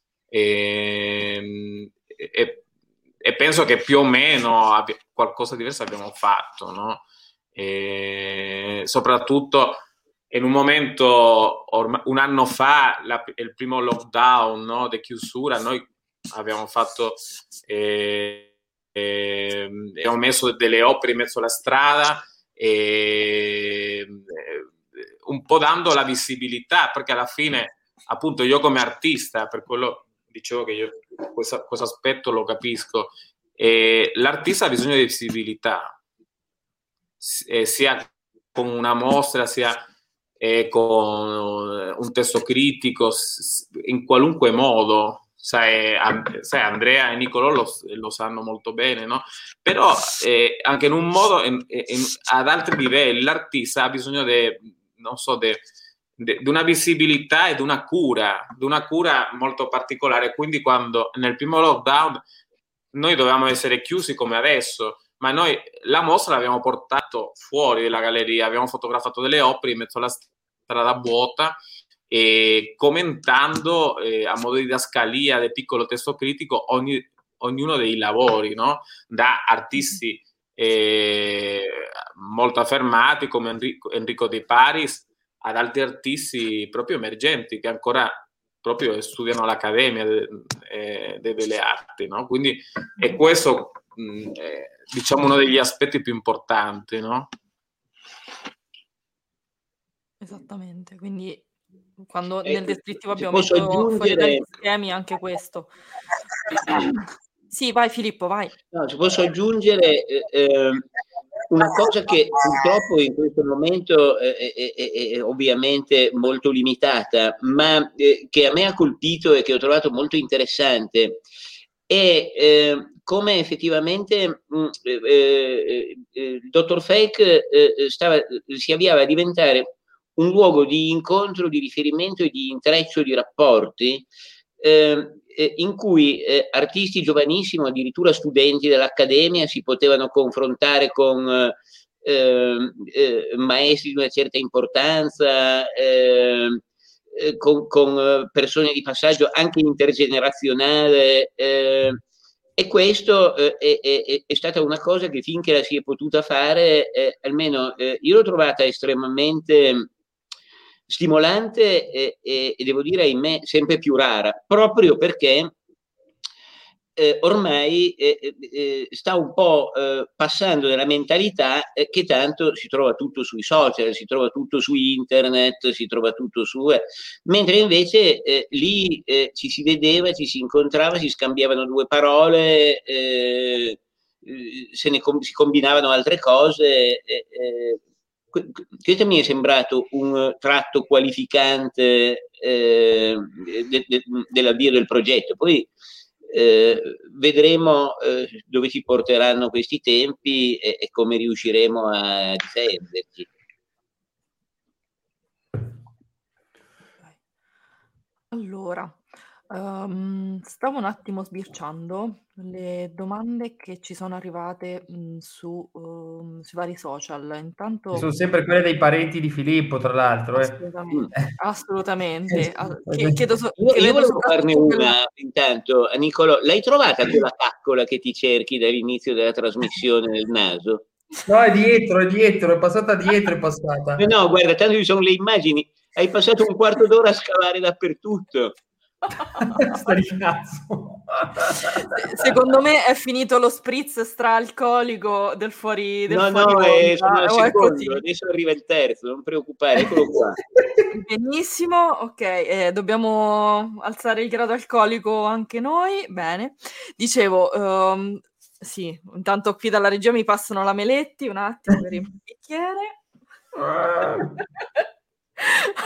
e, e, e penso che più o meno abbia, qualcosa diverso abbiamo fatto, no? E soprattutto in un momento, ormai, un anno fa, la, il primo lockdown, no, di chiusura, noi abbiamo fatto eh, eh, abbiamo messo delle opere in mezzo alla strada e un po' dando la visibilità, perché alla fine appunto io come artista, per quello dicevo che io questo, questo aspetto lo capisco, e l'artista ha bisogno di visibilità, eh, sia con una mostra, sia eh, con un testo critico, in qualunque modo. Sai, sai, Andrea e Nicolò lo, lo sanno molto bene, no? Però eh, anche in un modo, in, in, ad altri livelli, l'artista ha bisogno di, non so, di una visibilità e di una cura, di una cura molto particolare. Quindi quando nel primo lockdown noi dovevamo essere chiusi come adesso, ma noi la mostra l'abbiamo portato fuori dalla galleria, abbiamo fotografato delle opere in mezzo alla strada vuota, e commentando eh, a modo di didascalia del piccolo testo critico ogni, ognuno dei lavori, no? Da artisti eh, molto affermati come Enrico, Enrico De Paris ad altri artisti proprio emergenti che ancora proprio studiano all'Accademia de, eh, de Belle Arti, no? Quindi è questo mh, eh, diciamo uno degli aspetti più importanti, no? Esattamente, quindi quando eh, nel descrittivo abbiamo posso messo aggiungere... fuori dagli schemi anche questo. Sì, vai Filippo, vai. No, ci posso aggiungere eh, eh, una cosa che purtroppo in questo momento è, è, è, è ovviamente molto limitata, ma eh, che a me ha colpito e che ho trovato molto interessante, è eh, come effettivamente mh, eh, eh, il dottor Fake eh, stava, si avviava a diventare un luogo di incontro, di riferimento e di intreccio di rapporti eh, in cui eh, artisti giovanissimi, addirittura studenti dell'Accademia, si potevano confrontare con eh, eh, maestri di una certa importanza, eh, eh, con, con persone di passaggio anche intergenerazionale. Eh, e questo eh, è, è, è stata una cosa che finché la si è potuta fare, eh, almeno eh, io l'ho trovata estremamente stimolante e, e, e devo dire ahimè sempre più rara, proprio perché eh, ormai eh, eh, sta un po' eh, passando nella mentalità eh, che tanto si trova tutto sui social, si trova tutto su internet, si trova tutto su... Eh, mentre invece eh, lì eh, ci si vedeva, ci si incontrava, si scambiavano due parole, eh, se ne com- si combinavano altre cose. Eh, eh, questo mi è sembrato un tratto qualificante eh, de- de- dell'avvio del progetto. Poi eh, vedremo eh, dove ci porteranno questi tempi e, e come riusciremo a difenderci. Allora, um, stavo un attimo sbirciando le domande che ci sono arrivate mh, su, um, sui vari social. Intanto... Sono sempre quelle dei parenti di Filippo, tra l'altro. Eh. Assolutamente, assolutamente. Eh, Chiedo so- io, che io vedo volevo farne soprattutto una quella- intanto, a Nicolò. L'hai trovata quella caccola che ti cerchi dall'inizio della trasmissione nel naso? No, è dietro, è dietro, è passata dietro, è passata. No, no, guarda, tanto ci sono le immagini. Hai passato un quarto d'ora a scavare dappertutto. Sta di cazzo. Secondo me è finito lo spritz straalcolico del fuori del No, fuori no, onda, è, sono al o è così? secondo, adesso arriva il terzo, non preoccupare, eccolo qua. Benissimo, ok, eh, dobbiamo alzare il grado alcolico anche noi, bene. Dicevo, um, sì, intanto qui dalla regia mi passano la Meletti, un attimo per il bicchiere. Ok,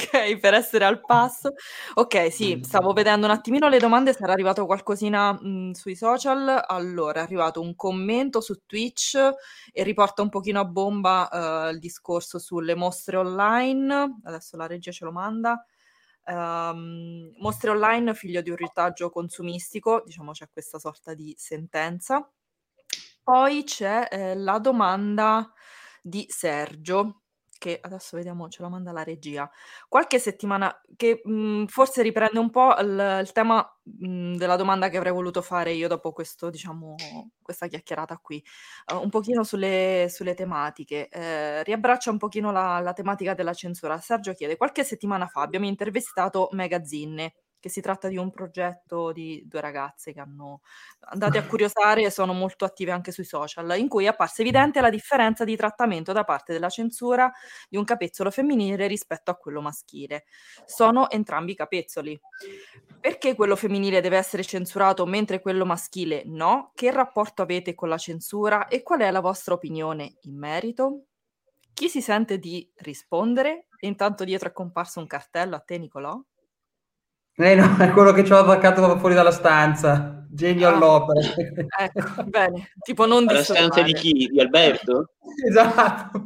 Ok, per essere al passo. Ok, sì, stavo vedendo un attimino le domande, sarà arrivato qualcosina mh, sui social. Allora, è arrivato un commento su Twitch e riporta un pochino a bomba eh, il discorso sulle mostre online. Adesso la regia ce lo manda. Um, mostre online, figlio di un retaggio consumistico, diciamo c'è questa sorta di sentenza. Poi c'è eh, la domanda di Sergio, che adesso vediamo, ce la manda la regia. Qualche settimana, che mh, forse riprende un po' il, il tema mh, della domanda che avrei voluto fare io dopo questo, diciamo, questa chiacchierata qui, uh, un pochino sulle, sulle tematiche. Eh, riabbraccia un pochino la, la tematica della censura. Sergio chiede, qualche settimana fa abbiamo intervistato Magazzine, che si tratta di un progetto di due ragazze che hanno andate a curiosare e sono molto attive anche sui social, in cui è apparsa evidente la differenza di trattamento da parte della censura di un capezzolo femminile rispetto a quello maschile. Sono entrambi capezzoli. Perché quello femminile deve essere censurato mentre quello maschile no? Che rapporto avete con la censura e qual è la vostra opinione in merito? Chi si sente di rispondere? E intanto dietro è comparso un cartello, a te Nicolò. Eh no, è quello che ci ho attaccato fuori dalla stanza. Genio Ah, all'opera. ecco, bene, tipo non La stanza di disturbare. chi? Di Alberto? Esatto.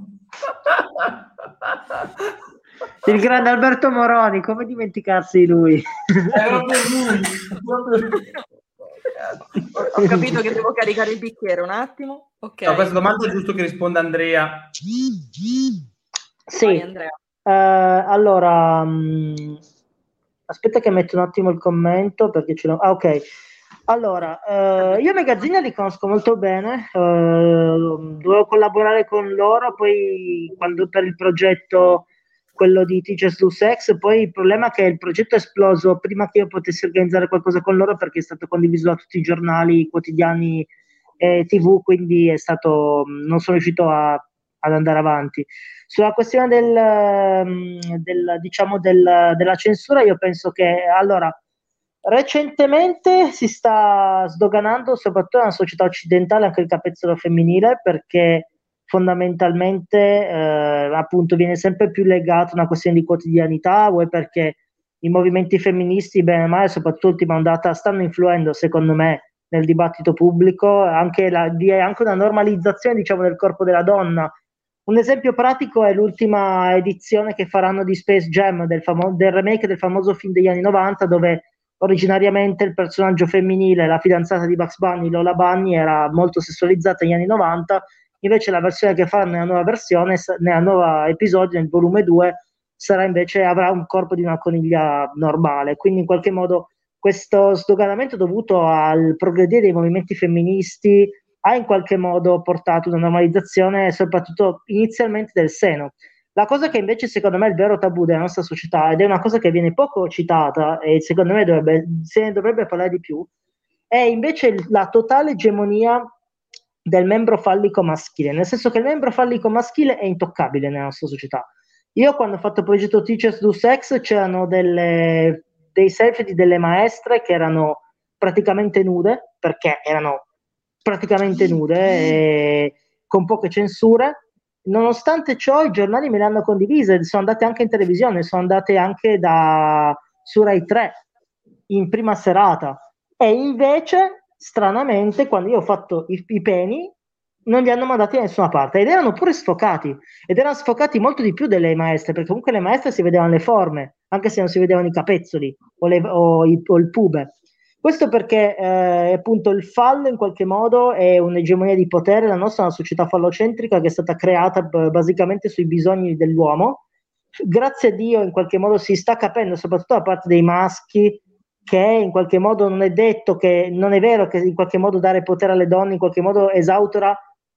Il grande Alberto Moroni, come dimenticarsi di lui? È proprio lui. Proprio lui. Ho capito che devo caricare il bicchiere un attimo. Ok. A questa domanda è giusto che risponda Andrea. Sì. Vai, Andrea. Eh, allora, mh, aspetta che metto un attimo il commento perché ce l'ho. Ah, ok. Allora, eh, io Magazzine li conosco molto bene, eh, dovevo collaborare con loro poi quando per il progetto quello di Teachers Do Sex, poi il problema è che il progetto è esploso prima che io potessi organizzare qualcosa con loro perché è stato condiviso da tutti i giornali, quotidiani e tivù, quindi è stato, non sono riuscito a, ad andare avanti. Sulla questione del, del, diciamo del, della censura, io penso che allora recentemente si sta sdoganando soprattutto nella società occidentale anche il capezzolo femminile perché fondamentalmente eh, appunto viene sempre più legato a una questione di quotidianità, vuoi perché i movimenti femministi bene o male, soprattutto l'ultima ondata, stanno influendo secondo me nel dibattito pubblico, anche, la, vi è anche una normalizzazione diciamo del corpo della donna. Un esempio pratico è l'ultima edizione che faranno di Space Jam, del, famo- del remake del famoso film degli anni novanta, dove originariamente il personaggio femminile, la fidanzata di Bugs Bunny, Lola Bunny, era molto sessualizzata negli anni novanta, invece la versione che faranno nella nuova versione, nella nuova episodio, nel volume due, sarà invece, avrà un corpo di una coniglia normale, quindi in qualche modo questo sdoganamento dovuto al progredire dei movimenti femministi ha in qualche modo portato una normalizzazione soprattutto inizialmente del seno. La cosa che invece secondo me è il vero tabù della nostra società ed è una cosa che viene poco citata e secondo me dovrebbe, se ne dovrebbe parlare di più, è invece la totale egemonia del membro fallico maschile, nel senso che il membro fallico maschile è intoccabile nella nostra società. Io quando ho fatto il progetto Teachers Do Sex c'erano delle, dei selfie di delle maestre che erano praticamente nude, perché erano praticamente nude e con poche censure. Nonostante ciò i giornali me le hanno condivise, sono andate anche in televisione, sono andate anche da su Rai tre in prima serata e invece stranamente quando io ho fatto i, i peni non li hanno mandati da nessuna parte ed erano pure sfocati ed erano sfocati molto di più delle maestre perché comunque le maestre si vedevano le forme anche se non si vedevano i capezzoli o, le, o, i, o il pube. Questo perché eh, appunto il fallo in qualche modo è un'egemonia di potere, la nostra è una società fallocentrica che è stata creata b- basicamente sui bisogni dell'uomo. Grazie a Dio in qualche modo si sta capendo, soprattutto da parte dei maschi, che in qualche modo non è detto che, non è vero che in qualche modo dare potere alle donne in qualche modo esautora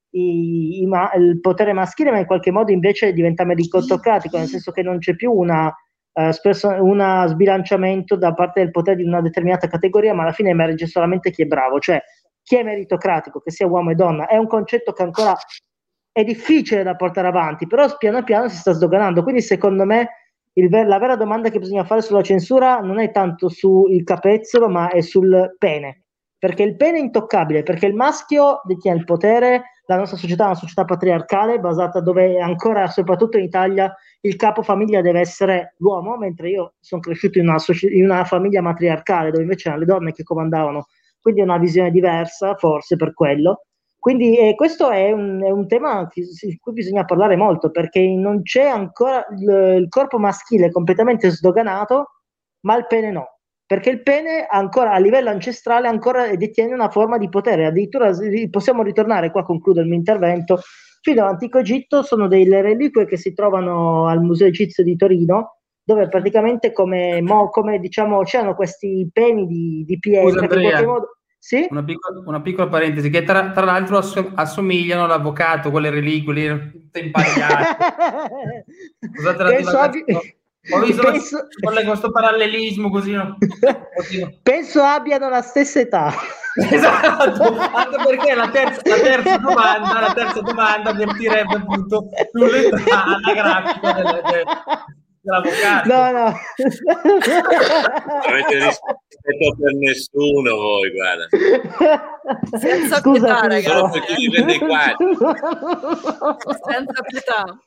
i, i ma- il potere maschile, ma in qualche modo invece diventa meritocratico, nel senso che non c'è più una Uh, spesso un sbilanciamento da parte del potere di una determinata categoria, ma alla fine emerge solamente chi è bravo, cioè chi è meritocratico, che sia uomo e donna. È un concetto che ancora è difficile da portare avanti, però piano piano si sta sdoganando. Quindi secondo me il ver- la vera domanda che bisogna fare sulla censura non è tanto sul capezzolo, ma è sul pene. perché il pene è intoccabile, perché il maschio detiene il potere, la nostra società è una società patriarcale basata dove ancora, soprattutto in Italia, il capofamiglia deve essere l'uomo, mentre io sono cresciuto in una, soci- in una famiglia matriarcale dove invece erano le donne che comandavano, quindi è una visione diversa, forse per quello. Quindi eh, questo è un, è un tema di cui bisogna parlare molto, perché non c'è ancora il, il corpo maschile completamente sdoganato, ma il pene no, perché il pene ancora a livello ancestrale ancora detiene una forma di potere. Addirittura possiamo ritornare, qua concludo il mio intervento, fino all'antico Egitto. Sono delle reliquie che si trovano al Museo Egizio di Torino, dove praticamente come, mo, come diciamo c'erano questi peni di, di pietra. Scusa, che in qualche Andrea, modo sì? una, piccola, una piccola parentesi, che tra, tra l'altro asso- assomigliano all'avvocato, quelle reliquie lì, tutte impagliate. Scusate la penso, abbi- divagazione. Ho visto penso... con questo parallelismo così, no? penso abbiano la stessa età. Esatto, anche perché la terza, la terza domanda la terza domanda avvertirebbe appunto sull'età anagrafica del, del, dell'avvocato. No, no. Non avete rispetto per nessuno voi, guarda. Senza Scusa, pietà, ragazzi. Solo per chi vive nei quadri. Senza pietà.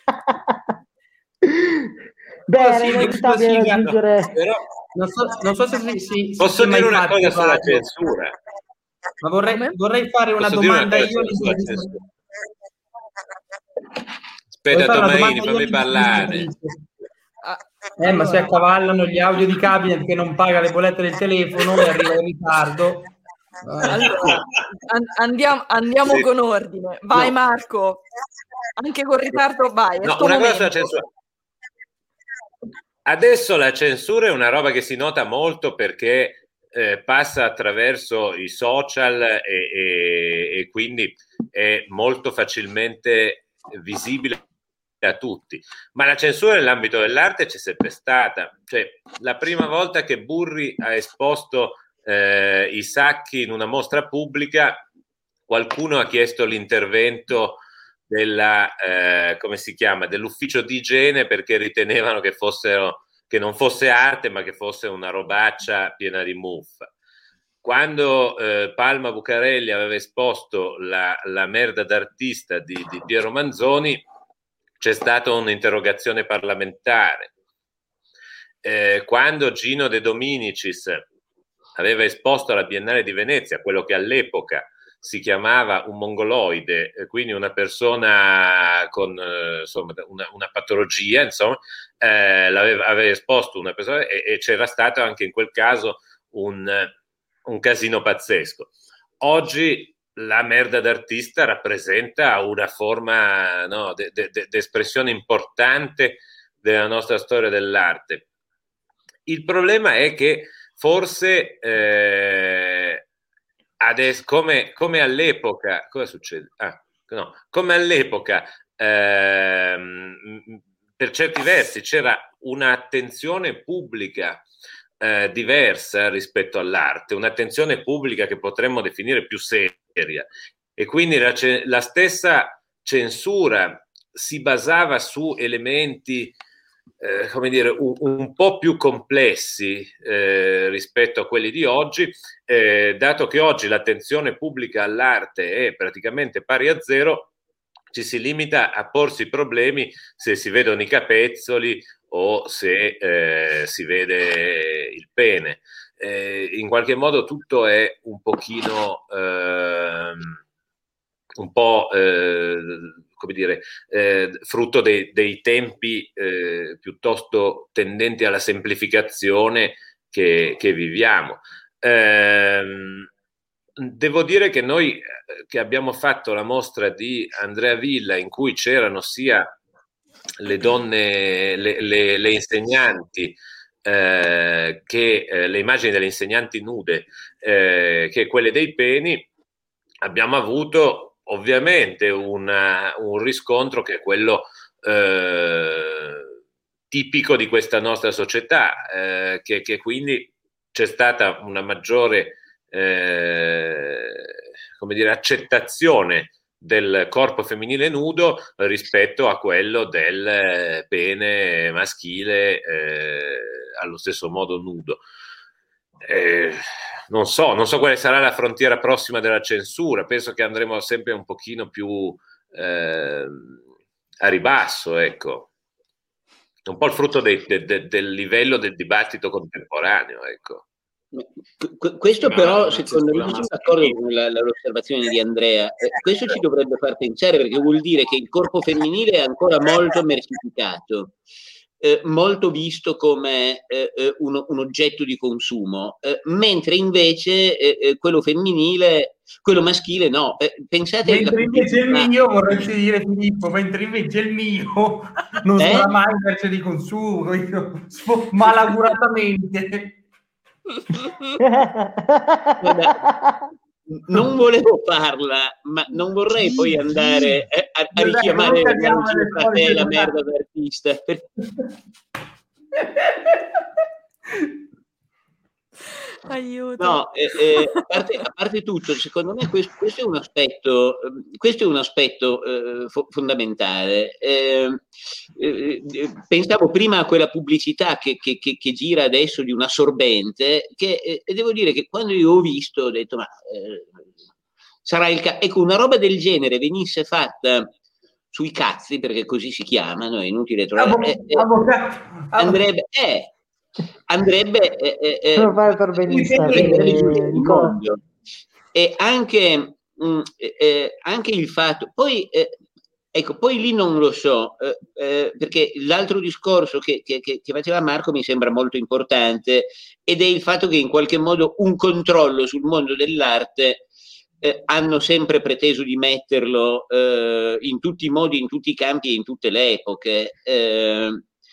Bene, sì, inevitabile sì, raggiungere... Però non so, non so se si, si, posso si è dire mai una fatto cosa sulla radio, censura. ma vorrei, vorrei fare una Posso dire una domanda cosa io sulla all'intervista. censura? Vorrei Aspetta, fare una Tomaini, domanda io fammi parlare. all'intervista. Ah, Eh, ma si allora, accavallano gli audio di Cabinet che non paga le bollette del telefono e arriva in ritardo. allora an- andiamo, andiamo Sì. con ordine. Vai, No. Marco. Anche con ritardo, vai. È il No, tuo una cosa momento. sulla censura. Adesso la censura è una roba che si nota molto perché eh, passa attraverso i social e, e, e quindi è molto facilmente visibile a tutti. Ma la censura nell'ambito dell'arte c'è sempre stata. Cioè, la prima volta che Burri ha esposto eh, i sacchi in una mostra pubblica, qualcuno ha chiesto l'intervento della, eh, come si chiama, dell'ufficio di igiene, perché ritenevano che fossero, che non fosse arte ma che fosse una robaccia piena di muffa. Quando eh, Palma Bucarelli aveva esposto la, la merda d'artista di, di Piero Manzoni, c'è stata un'interrogazione parlamentare. Eh, quando Gino De Dominicis aveva esposto alla Biennale di Venezia quello che all'epoca si chiamava un mongoloide, quindi una persona con eh, insomma, una, una patologia, insomma, eh, l'aveva, aveva esposto una persona e, e c'era stato anche in quel caso un, un casino pazzesco. Oggi la merda d'artista rappresenta una forma, no, de, de, de, de espressione importante della nostra storia dell'arte. Il problema è che forse eh, adesso, come, come all'epoca, cosa succede? Ah, no, come all'epoca, ehm, per certi versi c'era un'attenzione pubblica eh, diversa rispetto all'arte, un'attenzione pubblica che potremmo definire più seria, e quindi la, la stessa censura si basava su elementi Eh, come dire, un, un po' più complessi eh, rispetto a quelli di oggi, eh, dato che oggi l'attenzione pubblica all'arte è praticamente pari a zero, ci si limita a porsi problemi se si vedono i capezzoli o se eh, si vede il pene. Eh, in qualche modo tutto è un pochino eh, un po' eh, come dire, eh, frutto dei, dei tempi eh, piuttosto tendenti alla semplificazione che, che viviamo. Eh, devo dire che noi che abbiamo fatto la mostra di Andrea Villa, in cui c'erano sia le donne, le, le, le insegnanti, eh, che eh, le immagini delle insegnanti nude, eh, che quelle dei peni, abbiamo avuto ovviamente una, un riscontro che è quello eh, tipico di questa nostra società, eh, che, che quindi c'è stata una maggiore eh, come dire, accettazione del corpo femminile nudo rispetto a quello del pene maschile eh, allo stesso modo nudo. Eh, non so, non so quale sarà la frontiera prossima della censura, penso che andremo sempre un pochino più eh, a ribasso, ecco. È un po' il frutto dei, de, de, del livello del dibattito contemporaneo, ecco. Questo Ma però, secondo me, sono d'accordo con la, l'osservazione di Andrea, eh, questo ci dovrebbe far pensare, perché vuol dire che il corpo femminile è ancora molto mercificato, eh, molto visto come eh, un, un oggetto di consumo, eh, mentre invece eh, quello femminile, quello maschile no. Eh, pensate mentre invece il mio, vorresti dire Filippo, mentre invece il mio non eh? sarà mai invece di consumo, io, malauguratamente. Guarda, non volevo farla, ma non vorrei poi andare a, a, a richiamare la merda d'artista. Aiuto. No, eh, eh, a, parte, a parte tutto, secondo me questo, questo è un aspetto, questo è un aspetto eh, fo- fondamentale. Eh, eh, pensavo prima a quella pubblicità che, che, che, che gira adesso di una sorbente, che, eh, e devo dire che quando io ho visto ho detto, ma eh, sarà il ca-. Ecco, una roba del genere venisse fatta sui cazzi, perché così si chiamano, è inutile trovare. Eh, eh, avvocato, andrebbe, eh, andrebbe eh, eh, non fare per benissimo, il mondo. E anche, mh, eh, anche il fatto, poi eh, ecco, poi lì non lo so, eh, eh, perché l'altro discorso che, che, che faceva Marco mi sembra molto importante, ed è il fatto che in qualche modo un controllo sul mondo dell'arte eh, hanno sempre preteso di metterlo eh, in tutti i modi, in tutti i campi e in tutte le epoche. Eh,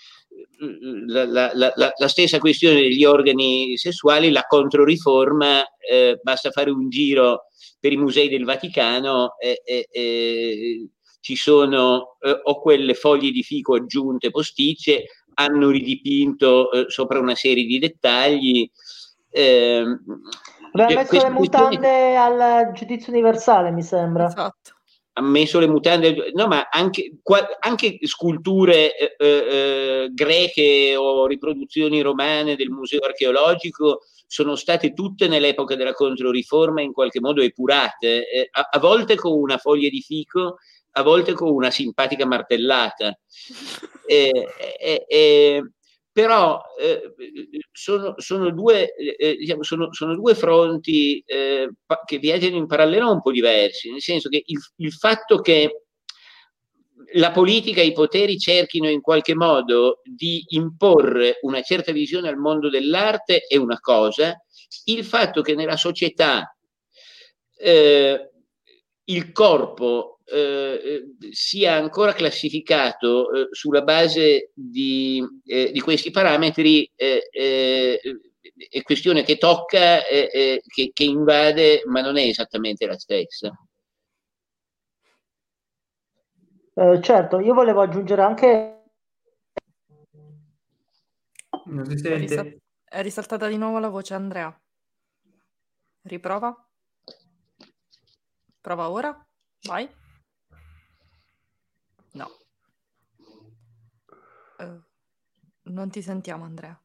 La, la, la, la stessa questione degli organi sessuali, la controriforma, eh, basta fare un giro per i musei del Vaticano e eh, eh, eh, ci sono eh, o quelle foglie di fico aggiunte posticce, hanno ridipinto eh, sopra una serie di dettagli. Eh, Aveva messo le mutande questioni... al giudizio universale, mi sembra. Esatto. Ha messo le mutande, no, ma anche, anche sculture eh, eh, greche o riproduzioni romane del museo archeologico sono state tutte nell'epoca della Controriforma in qualche modo epurate, eh, a, a volte con una foglia di fico, a volte con una simpatica martellata. Eh, eh, eh, però eh, sono, sono, due, eh, diciamo, sono, sono due fronti eh, che viaggiano in parallelo un po' diversi, nel senso che il, il fatto che la politica e i poteri cerchino in qualche modo di imporre una certa visione al mondo dell'arte è una cosa, il fatto che nella società eh, il corpo Eh, sia ancora classificato eh, sulla base di, eh, di questi parametri eh, eh, è questione che tocca, eh, eh, che, che invade, ma non è esattamente la stessa. Eh, certo, io volevo aggiungere anche... Non si sente. È, risal- è risaltata di nuovo la voce, Andrea. Riprova. Prova ora. Vai. No. Uh, non ti sentiamo, Andrea.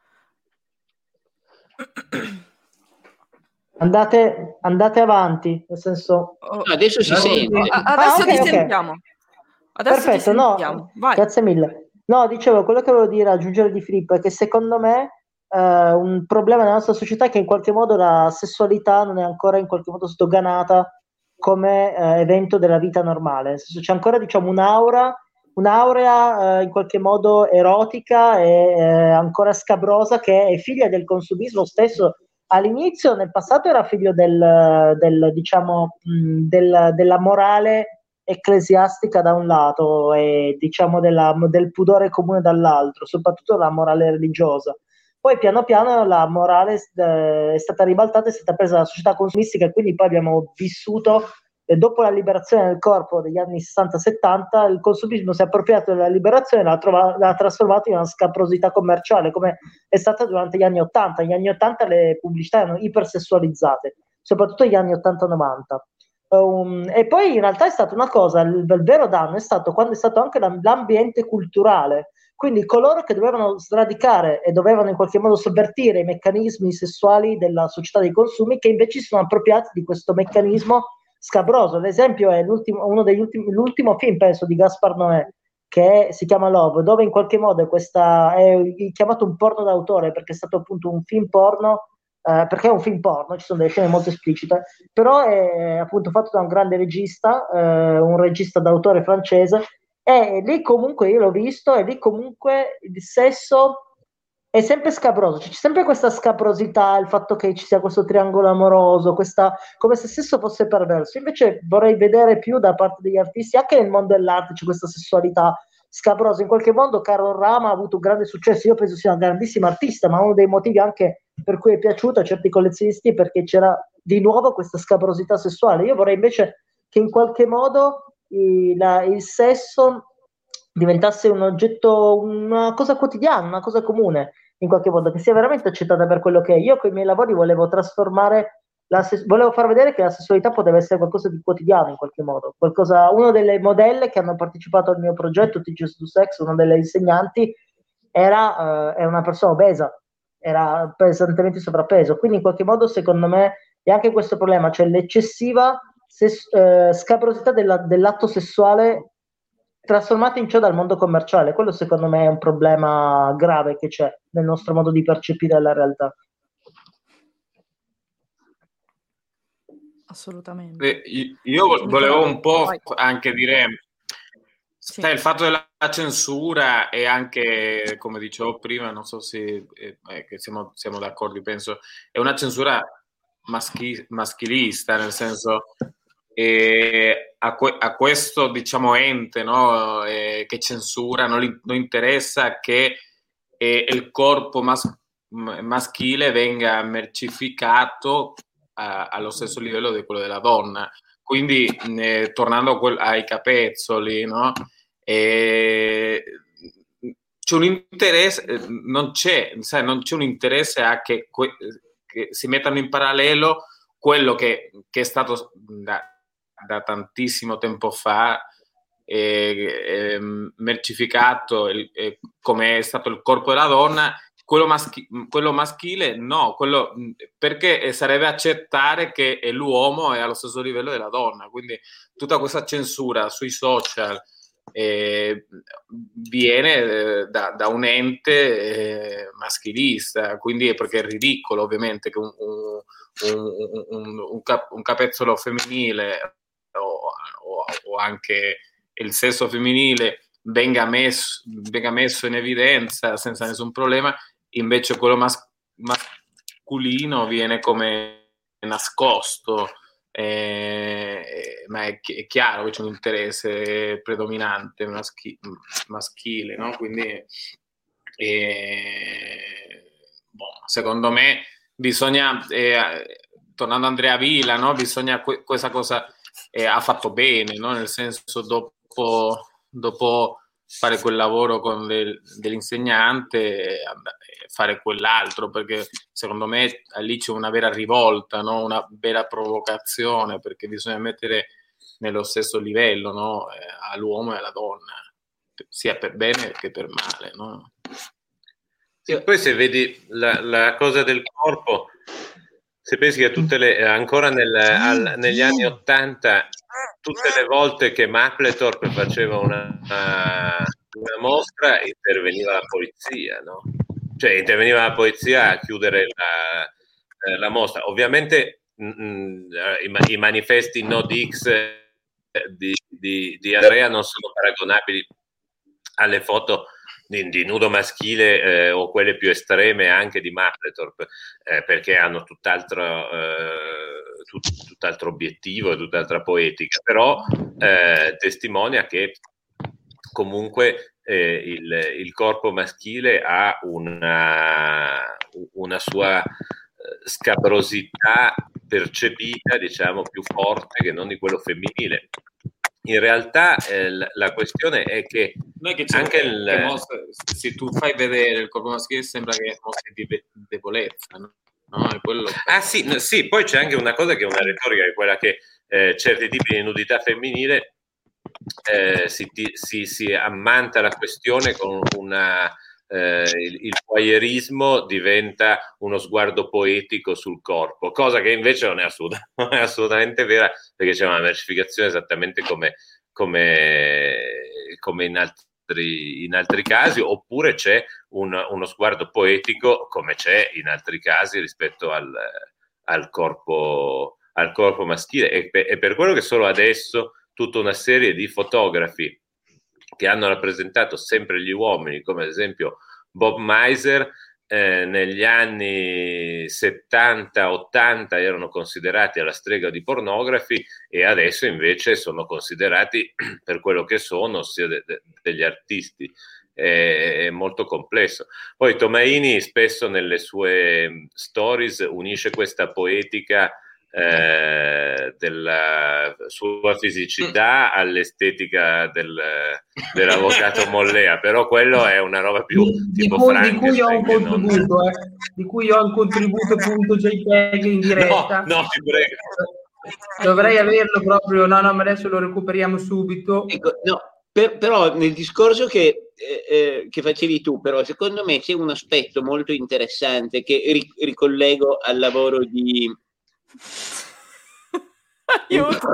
Andate, andate avanti, nel senso... Oh, no, adesso si sente. Oh, adesso ah, okay, ti okay. sentiamo. Adesso Perfetto, ti sentiamo. No, Vai. grazie mille. No, dicevo, quello che volevo dire, aggiungere di Filippo, è che secondo me eh, un problema nella nostra società è che in qualche modo la sessualità non è ancora in qualche modo sdoganata come eh, evento della vita normale. Nel senso, c'è ancora, diciamo, un'aura, un'aurea eh, in qualche modo erotica e eh, ancora scabrosa, che è figlia del consumismo stesso. All'inizio, nel passato, era figlio del, del diciamo, mh, del, della morale ecclesiastica da un lato e diciamo della, del pudore comune dall'altro, soprattutto la morale religiosa. Poi piano piano la morale eh, è stata ribaltata, è stata presa dalla società consumistica, e quindi poi abbiamo vissuto, eh, dopo la liberazione del corpo degli anni sessanta settanta, il consumismo si è appropriato della liberazione e l'ha, trova- l'ha trasformato in una scaprosità commerciale, come è stata durante gli anni ottanta. Negli anni ottanta le pubblicità erano ipersessualizzate, soprattutto negli anni ottanta novanta. Um, e poi in realtà è stata una cosa, il, il vero danno è stato quando è stato anche l'ambiente culturale, quindi coloro che dovevano sradicare e dovevano in qualche modo sovvertire i meccanismi sessuali della società dei consumi, che invece si sono appropriati di questo meccanismo scabroso. L'esempio è l'ultimo, uno degli ultimi, l'ultimo film, penso, di Gaspar Noè, che si chiama Love, dove in qualche modo è, questa, è chiamato un porno d'autore, perché è stato appunto un film porno, eh, perché è un film porno, ci sono delle scene molto esplicite, però è appunto fatto da un grande regista, eh, un regista d'autore francese, e lì comunque io l'ho visto, e lì comunque il sesso è sempre scabroso, c'è sempre questa scabrosità, il fatto che ci sia questo triangolo amoroso, questa, come se il sesso fosse perverso. Invece vorrei vedere più da parte degli artisti, anche nel mondo dell'arte c'è questa sessualità scabrosa. In qualche modo Carol Rama ha avuto un grande successo, io penso sia una grandissima artista, ma uno dei motivi anche per cui è piaciuto a certi collezionisti è perché c'era di nuovo questa scabrosità sessuale. Io vorrei invece che in qualche modo il, la, il sesso diventasse un oggetto, una cosa quotidiana, una cosa comune, in qualche modo, che sia veramente accettata per quello che è. Io con i miei lavori volevo trasformare, la ses- volevo far vedere che la sessualità poteva essere qualcosa di quotidiano in qualche modo, qualcosa, uno delle modelle che hanno partecipato al mio progetto Teachers to Sex, una delle insegnanti, era uh, è una persona obesa, era pesantemente sovrappeso, quindi in qualche modo secondo me è anche questo problema, cioè l'eccessiva ses- uh, scabrosità della, dell'atto sessuale trasformata in ciò dal mondo commerciale. Quello secondo me è un problema grave che c'è nel nostro modo di percepire la realtà. Assolutamente. Eh, io volevo un po' Vai. anche dire sì. il fatto della censura e anche, come dicevo prima, non so se eh, che siamo, siamo d'accordo, penso, è una censura maschi- maschilista, nel senso E a, que- a questo diciamo ente, no, eh, che censura non, li- non interessa che eh, il corpo mas- maschile venga mercificato a- allo stesso livello di quello della donna, quindi eh, tornando a quel- ai capezzoli, no, eh, c'è un interesse, non c'è, sai, non c'è un interesse a che, que- che si mettano in parallelo quello che, che è stato da, da tantissimo tempo fa eh, eh, mercificato il, eh, come è stato il corpo della donna, quello, maschi- quello maschile no, quello, perché sarebbe accettare che l'uomo è allo stesso livello della donna, quindi tutta questa censura sui social eh, viene eh, da, da un ente eh, maschilista, quindi è perché è ridicolo ovviamente che un, un Un, un, un, cap- un capezzolo femminile o, o, o anche il sesso femminile venga messo, venga messo in evidenza senza nessun problema, invece quello mas- masculino viene come nascosto, eh, ma è, chi- è chiaro che c'è un interesse predominante maschi- maschile, no? Quindi eh, boh, secondo me bisogna, eh, tornando a Andrea Vila, no? Bisogna que- questa cosa eh, ha fatto bene, no? Nel senso dopo, dopo fare quel lavoro con del, dell'insegnante eh, fare quell'altro, perché secondo me lì c'è una vera rivolta, no? Una vera provocazione, perché bisogna mettere nello stesso livello, no? eh, all'uomo e alla donna, sia per bene che per male, no? Sì, poi se vedi la, la cosa del corpo, se pensi che tutte le, ancora nel, al, negli anni Ottanta, tutte le volte che Mapplethorpe faceva una, una mostra interveniva la polizia, no? Cioè interveniva la polizia a chiudere la, la mostra. Ovviamente mh, i, i manifesti No Dix di, di, di Andrea non sono paragonabili alle foto Di, di nudo maschile eh, o quelle più estreme anche di Mapplethorpe, eh, perché hanno tutt'altro, eh, tut, tutt'altro obiettivo e tutt'altra poetica, però eh, testimonia che comunque eh, il, il corpo maschile ha una, una sua scabrosità percepita, diciamo, più forte che non di quello femminile. In realtà eh, la, la questione è che Noi che anche il, che mostra, se tu fai vedere il corpo maschile sembra che mostri di debolezza, no? No, è quello... Ah sì, no, sì, poi c'è anche una cosa che è una retorica, è quella che eh, certi tipi di nudità femminile eh, si, si, si ammanta la questione con una... Eh, il, il voyeurismo diventa uno sguardo poetico sul corpo, cosa che invece non è, assoluta, non è assolutamente vera, perché c'è una mercificazione esattamente come, come, come in altri, in altri casi, oppure c'è un, uno sguardo poetico come c'è in altri casi rispetto al, al, corpo, al corpo maschile, e per, e per quello che solo adesso tutta una serie di fotografi che hanno rappresentato sempre gli uomini, come ad esempio Bob Meiser, eh, negli anni settanta ottanta erano considerati alla strega di pornografi, e adesso invece sono considerati per quello che sono, ossia de- de- degli artisti. È, è molto complesso. Poi Tomaini spesso nelle sue stories unisce questa poetica Eh, della sua fisicità all'estetica del, dell'avvocato Mollea, però quello è una roba più di, tipo di, cui, di cui ho un contributo non... eh. di cui ho un contributo punto JPEG in diretta. No, no, ti prego. Dovrei averlo proprio. No, no, ma adesso lo recuperiamo subito. Ecco, no, per, però nel discorso che, eh, che facevi tu, però secondo me c'è un aspetto molto interessante che ri- ricollego al lavoro di aiuto.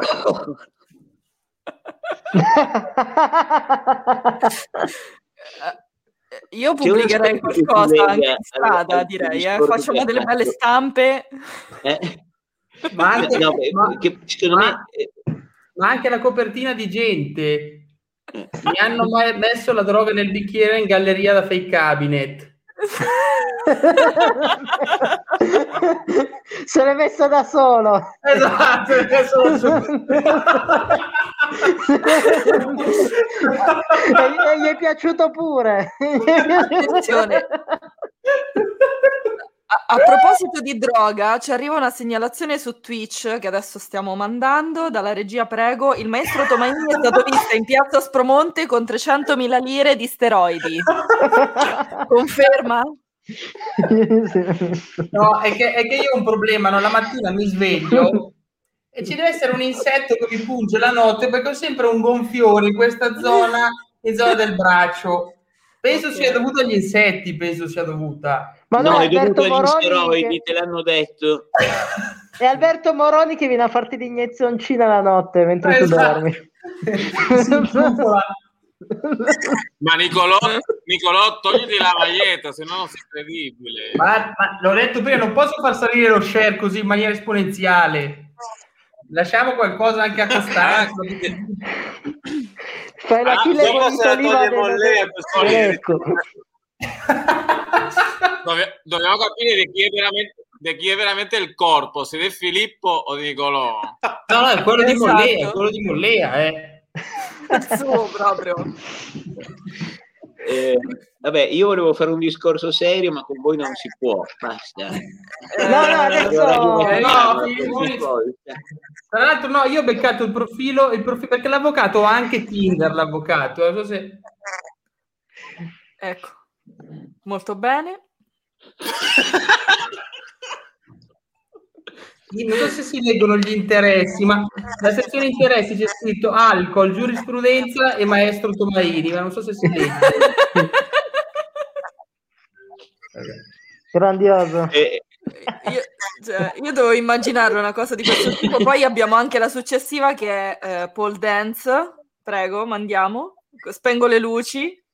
Io pubblicherei qualcosa anche in strada, al, direi, eh. Facciamo delle belle stampe. Eh? Ma, anche, no, ma, che, secondo ma, me... ma anche la copertina di Gente. Mi hanno mai messo la droga nel bicchiere in galleria da Fake Cabinet. Se l'è messa da solo. Esatto, se l'è messo da solo. e, e gli è piaciuto pure. Attenzione. A, a proposito di droga, ci arriva una segnalazione su Twitch che adesso stiamo mandando dalla regia, prego. Il maestro Tomaini è stato visto in piazza Aspromonte con trecentomila lire di steroidi. Conferma? No, è che, è che io ho un problema, no? La mattina mi sveglio e ci deve essere un insetto che mi punge la notte, perché ho sempre un gonfiore in questa zona, in zona del braccio. Penso okay. sia dovuto agli insetti, penso sia dovuta. Ma no, no è dovuto agli steroidi, che... te l'hanno detto. È Alberto Moroni che viene a farti l'iniezzioncina la notte mentre esatto. tu dormi. Ma Nicolò, Nicolò, togliti la maglietta, se no non sei credibile. Ma, ma l'ho detto prima, non posso far salire lo share così in maniera esponenziale. Lasciamo qualcosa anche a Costanzo. Fai la chile con Mollea, ecco. Dove, dobbiamo capire di chi, è veramente, di chi è veramente il corpo, se è Filippo o di Nicolò. No, no, è quello esatto. di Mollea, è quello di Mollea, eh. Il suo proprio. Eh, vabbè, io volevo fare un discorso serio, ma con voi non si può. Basta. Eh, no, no, adesso eh, no, tra l'altro, no, io ho beccato il profilo, il profilo perché l'avvocato ha anche Tinder. L'avvocato, non so se... ecco, molto bene. Non so se si leggono gli interessi, ma la sezione interessi c'è scritto alcol, giurisprudenza e maestro Tomaini, ma non so se si legge. Grandioso. Eh, io, cioè, io devo immaginare una cosa di questo tipo. Poi abbiamo anche la successiva che è eh, pole dance. Prego, mandiamo. Spengo le luci.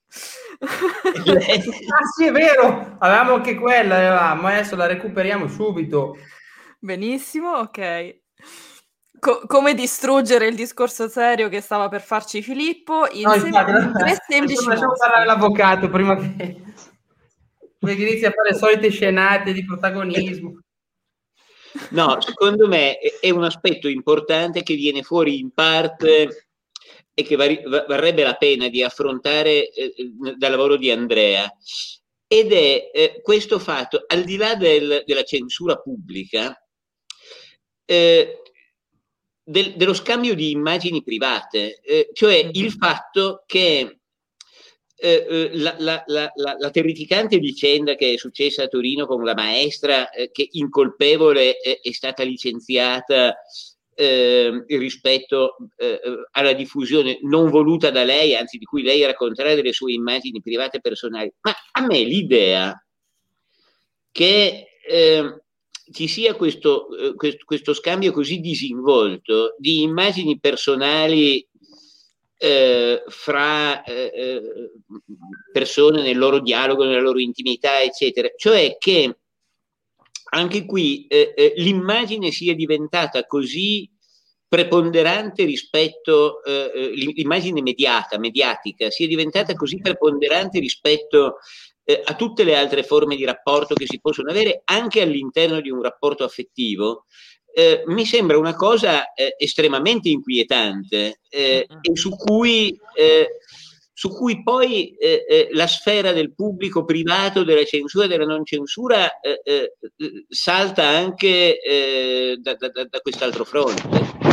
Ah sì, è vero, avevamo anche quella, avevamo. Adesso la recuperiamo subito. Benissimo, ok. Co- come distruggere il discorso serio che stava per farci Filippo in no, sem- infatti, tre semplici modi. Lasciamo parlare l'avvocato prima che, prima che inizi a fare le solite scenate di protagonismo. No, secondo me è un aspetto importante che viene fuori in parte e che var- varrebbe la pena di affrontare eh, dal lavoro di Andrea, ed è eh, questo fatto, al di là del, della censura pubblica, eh, del, dello scambio di immagini private, eh, cioè il fatto che eh, la, la, la, la, la terrificante vicenda che è successa a Torino con la maestra eh, che incolpevole eh, è stata licenziata eh, rispetto eh, alla diffusione non voluta da lei, anzi di cui lei era contraria, delle sue immagini private personali. Ma a me l'idea che eh, ci sia questo, eh, questo, questo scambio così disinvolto di immagini personali eh, fra eh, persone nel loro dialogo, nella loro intimità, eccetera, cioè che anche qui eh, eh, l'immagine sia diventata così preponderante rispetto, eh, l'immagine mediata, mediatica, sia diventata così preponderante rispetto eh, a tutte le altre forme di rapporto che si possono avere anche all'interno di un rapporto affettivo, eh, mi sembra una cosa eh, estremamente inquietante eh, e su cui... Eh, su cui poi eh, eh, la sfera del pubblico privato, della censura e della non censura eh, eh, salta anche eh, da, da, da quest'altro fronte.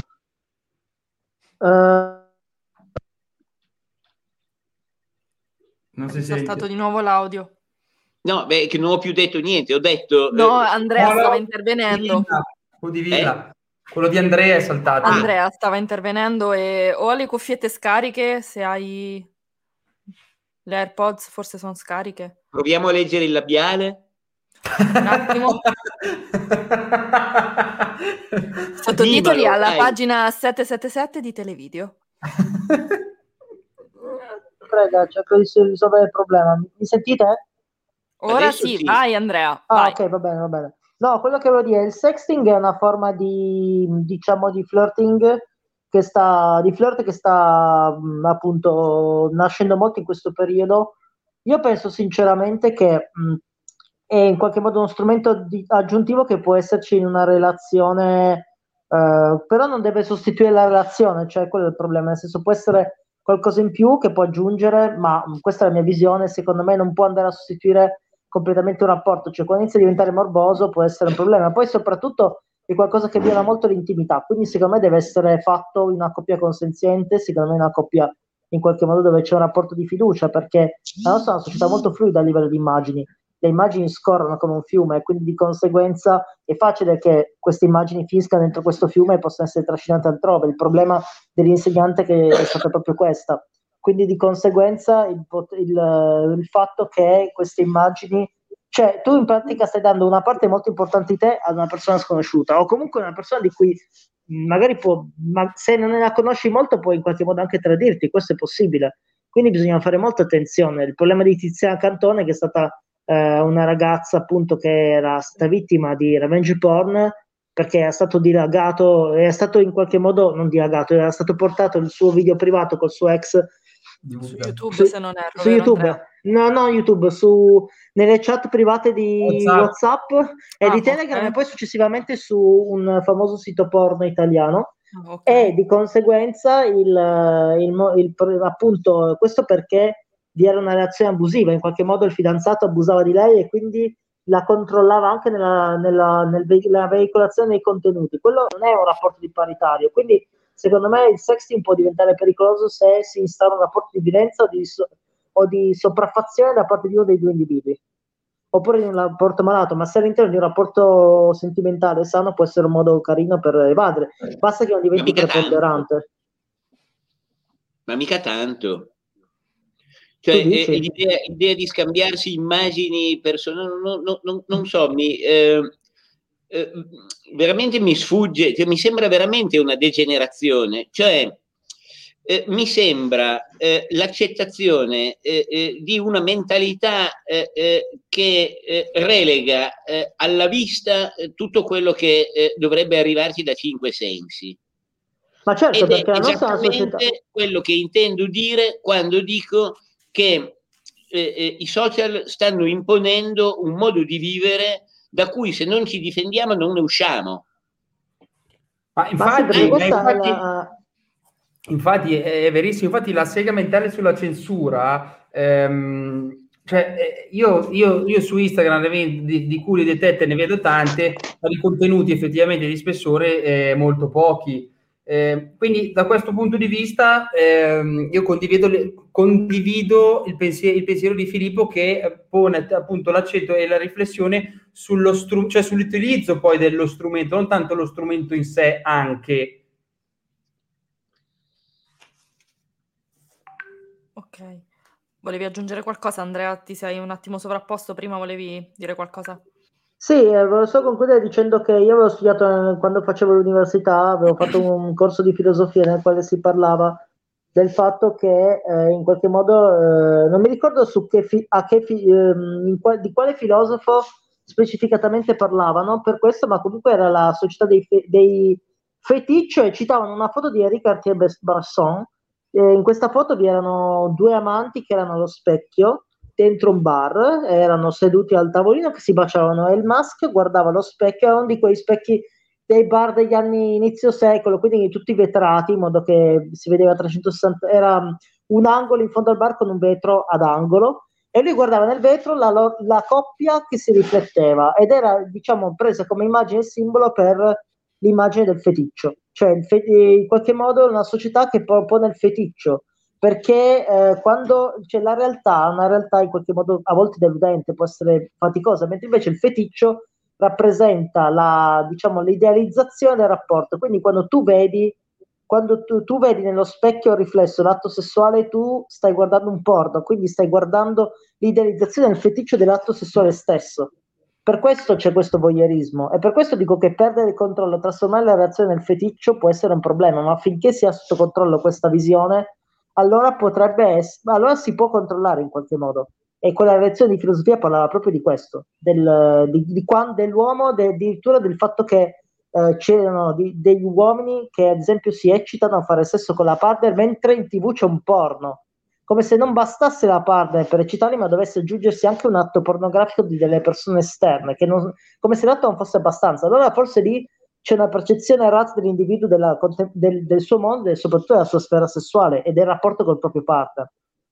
Uh... Non si È sente. stato di nuovo l'audio. No, beh, che non ho più detto niente, ho detto... No, eh, Andrea no, stava no, intervenendo. Quello di Villa. Eh? Quello di Andrea è saltato. Andrea stava intervenendo e o ha le cuffiette scariche, se hai... Le AirPods forse sono scariche. Proviamo a leggere il labiale. Un attimo. Sottotitoli Dimalo, alla dai. pagina settecentosettantasette di Televideo. Prega, cerco di risolvere il problema. Mi sentite? Ora Adesso sì, sì. vai Andrea. Ah, vai. ok, va bene, va bene. No, quello che volevo dire, il sexting è una forma di, diciamo, di flirting che sta, di flirt che sta mh, appunto nascendo molto in questo periodo. Io penso sinceramente che mh, è in qualche modo uno strumento di, aggiuntivo che può esserci in una relazione, eh, però non deve sostituire la relazione, cioè quello è il problema, nel senso può essere qualcosa in più che può aggiungere, ma mh, questa è la mia visione, secondo me non può andare a sostituire completamente un rapporto, cioè quando inizia a diventare morboso può essere un problema, poi soprattutto è qualcosa che viola molto l'intimità, quindi secondo me deve essere fatto in una coppia consenziente, secondo me in una coppia in qualche modo dove c'è un rapporto di fiducia, perché la nostra è una società molto fluida a livello di immagini, le immagini scorrono come un fiume, quindi di conseguenza è facile che queste immagini finiscano dentro questo fiume e possano essere trascinate altrove. Il problema dell'insegnante che è stata proprio questa. Quindi di conseguenza il, il, il fatto che queste immagini, cioè tu in pratica stai dando una parte molto importante di te ad una persona sconosciuta o comunque una persona di cui magari può, ma se non la conosci molto può in qualche modo anche tradirti, questo è possibile, quindi bisogna fare molta attenzione. Il problema di Tiziana Cantone, che è stata eh, una ragazza appunto che era stata vittima di revenge porn perché è stato dilagato, è stato in qualche modo non dilagato, era stato portato il suo video privato col suo ex su YouTube, su, se non erro, su vero, YouTube, Andrea? no, no, YouTube, su, nelle chat private di WhatsApp, WhatsApp e Ah, di Telegram okay. e poi successivamente su un famoso sito porno italiano. Ah, okay. E di conseguenza il, il, il, il, appunto questo perché vi era una relazione abusiva, in qualche modo il fidanzato abusava di lei e quindi la controllava anche nella, nella, nel, nella veicolazione dei contenuti. Quello non è un rapporto di paritario, quindi secondo me il sexting può diventare pericoloso se si instaura un rapporto di violenza o di, so, o di sopraffazione da parte di uno dei due individui, oppure in un rapporto malato, ma se all'interno di un rapporto sentimentale sano può essere un modo carino per evadere, basta che non diventi Ma mica preponderante. tanto. Ma mica tanto. Cioè, eh, l'idea, l'idea di scambiarsi immagini personali, non, non, non, non so, mi, eh, eh, veramente mi sfugge, cioè, mi sembra veramente una degenerazione. Cioè, eh, mi sembra eh, l'accettazione eh, eh, di una mentalità eh, eh, che eh, relega eh, alla vista eh, tutto quello che eh, dovrebbe arrivarci da cinque sensi. Ma certo, Ed perché è la nostra esattamente società... quello che intendo dire quando dico che eh, eh, i social stanno imponendo un modo di vivere da cui se non ci difendiamo non ne usciamo. Ma infatti, Ma sì, ma infatti, la... infatti è verissimo, infatti la sega mentale sulla censura, ehm, cioè io, io, io su Instagram di, di cui le detette ne vedo tante, ma di contenuti effettivamente di spessore eh, molto pochi. Eh, quindi da questo punto di vista ehm, io condivido, le, condivido il, pensiero, il pensiero di Filippo, che pone appunto l'accento e la riflessione sullo stru- cioè sull'utilizzo poi dello strumento, non tanto lo strumento in sé anche. Ok. Volevi aggiungere qualcosa, Andrea? Ti sei un attimo sovrapposto, prima volevi dire qualcosa? Sì, eh, volevo solo concludere dicendo che io avevo studiato eh, quando facevo l'università, avevo fatto un corso di filosofia nel quale si parlava del fatto che eh, in qualche modo, eh, non mi ricordo su che fi- a che fi- ehm, in qual- di quale filosofo specificatamente parlavano per questo, ma comunque era la società dei, fe- dei feticcio, e citavano una foto di Henri Cartier-Bresson. Eh, in questa foto vi erano due amanti che erano allo specchio dentro un bar, erano seduti al tavolino che si baciavano, e il maschio guardava lo specchio, era uno di quei specchi dei bar degli anni inizio secolo, quindi tutti vetrati, in modo che si vedeva trecentosessanta, era un angolo in fondo al bar con un vetro ad angolo, e lui guardava nel vetro la, la coppia che si rifletteva, ed era, diciamo, presa come immagine e simbolo per l'immagine del feticcio, cioè il fe- in qualche modo una società che propone il feticcio, perché eh, quando c'è la realtà, una realtà in qualche modo a volte deludente, può essere faticosa, mentre invece il feticcio rappresenta la, diciamo, l'idealizzazione del rapporto. Quindi quando tu vedi, quando tu, tu vedi nello specchio riflesso l'atto sessuale, tu stai guardando un porno, quindi stai guardando l'idealizzazione del feticcio dell'atto sessuale stesso. Per questo c'è questo voyeurismo, e per questo dico che perdere il controllo, trasformare la reazione nel feticcio può essere un problema, ma finché si ha sotto controllo questa visione, allora potrebbe essere, allora si può controllare in qualche modo. E quella lezione di filosofia parlava proprio di questo, del, di, di quando, dell'uomo, de, addirittura del fatto che eh, c'erano di, degli uomini che ad esempio si eccitano a fare sesso con la partner mentre in tv c'è un porno, come se non bastasse la partner per eccitarli, ma dovesse aggiungersi anche un atto pornografico di delle persone esterne, che non, come se l'atto non fosse abbastanza. Allora forse lì c'è una percezione errata dell'individuo, della, del, del suo mondo e soprattutto della sua sfera sessuale e del rapporto col proprio partner.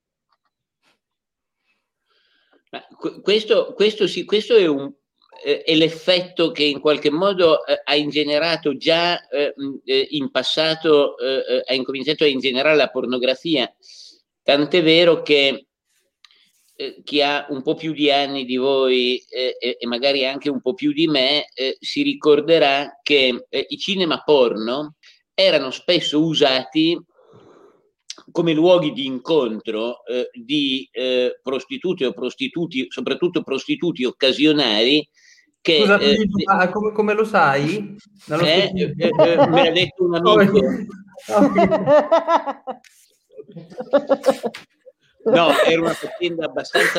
Questo, questo, sì, questo è, un, eh, è l'effetto che in qualche modo eh, ha ingenerato già eh, in passato, eh, ha incominciato a ingenerare la pornografia, tant'è vero che eh, chi ha un po' più di anni di voi eh, e magari anche un po' più di me eh, si ricorderà che eh, i cinema porno erano spesso usati come luoghi di incontro eh, di eh, prostitute o prostituti, soprattutto prostituti occasionali. Che, Scusa, eh, ma come, come lo sai? Non lo eh, eh, eh, me l'ha detto un amico. No, era una faccenda abbastanza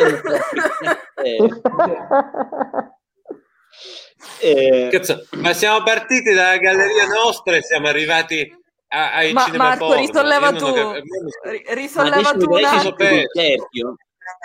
eh, Cazzo, ma siamo partiti dalla galleria nostra e siamo arrivati a, ai ma cinema Marco, porno. risolleva tu, cap- risolleva tu un attimo.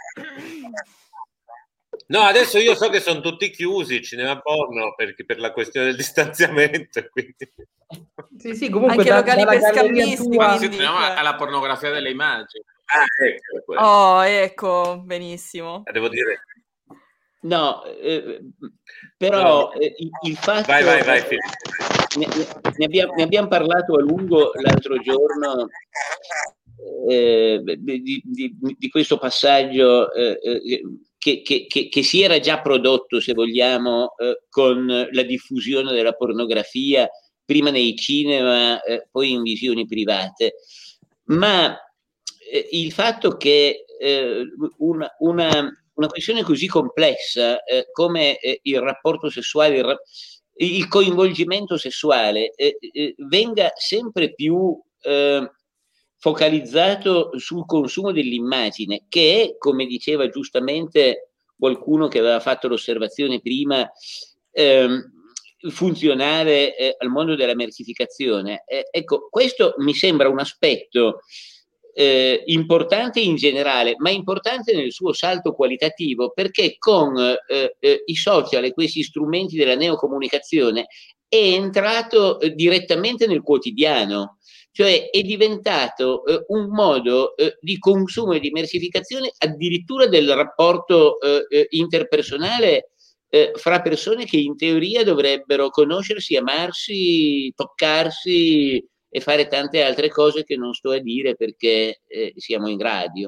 No, adesso io so che sono tutti chiusi i cinema porno perché per la questione del distanziamento. Quindi... Sì, sì, comunque anche da, locali per scambisti. Ma si torniamo alla pornografia delle immagini. Ah, ecco, oh, ecco, benissimo. Devo dire. No, eh, però no. Eh, il, il fatto... Vai, vai, vai, eh, ne, ne, abbiamo, ne abbiamo parlato a lungo l'altro giorno eh, di, di, di questo passaggio eh, che, che, che, che si era già prodotto, se vogliamo, eh, con la diffusione della pornografia, prima nei cinema, eh, poi in visioni private. Ma eh, il fatto che eh, una... una una questione così complessa eh, come eh, il rapporto sessuale, il, ra- il coinvolgimento sessuale eh, eh, venga sempre più eh, focalizzato sul consumo dell'immagine, che è, come diceva giustamente qualcuno che aveva fatto l'osservazione prima, ehm, funzionale eh, al mondo della mercificazione. Eh, ecco, questo mi sembra un aspetto Eh, importante in generale, ma importante nel suo salto qualitativo, perché con eh, eh, i social e questi strumenti della neocomunicazione è entrato eh, direttamente nel quotidiano, cioè è diventato eh, un modo eh, di consumo e di mercificazione addirittura del rapporto eh, interpersonale eh, fra persone che in teoria dovrebbero conoscersi, amarsi, toccarsi e fare tante altre cose che non sto a dire perché eh, siamo in radio.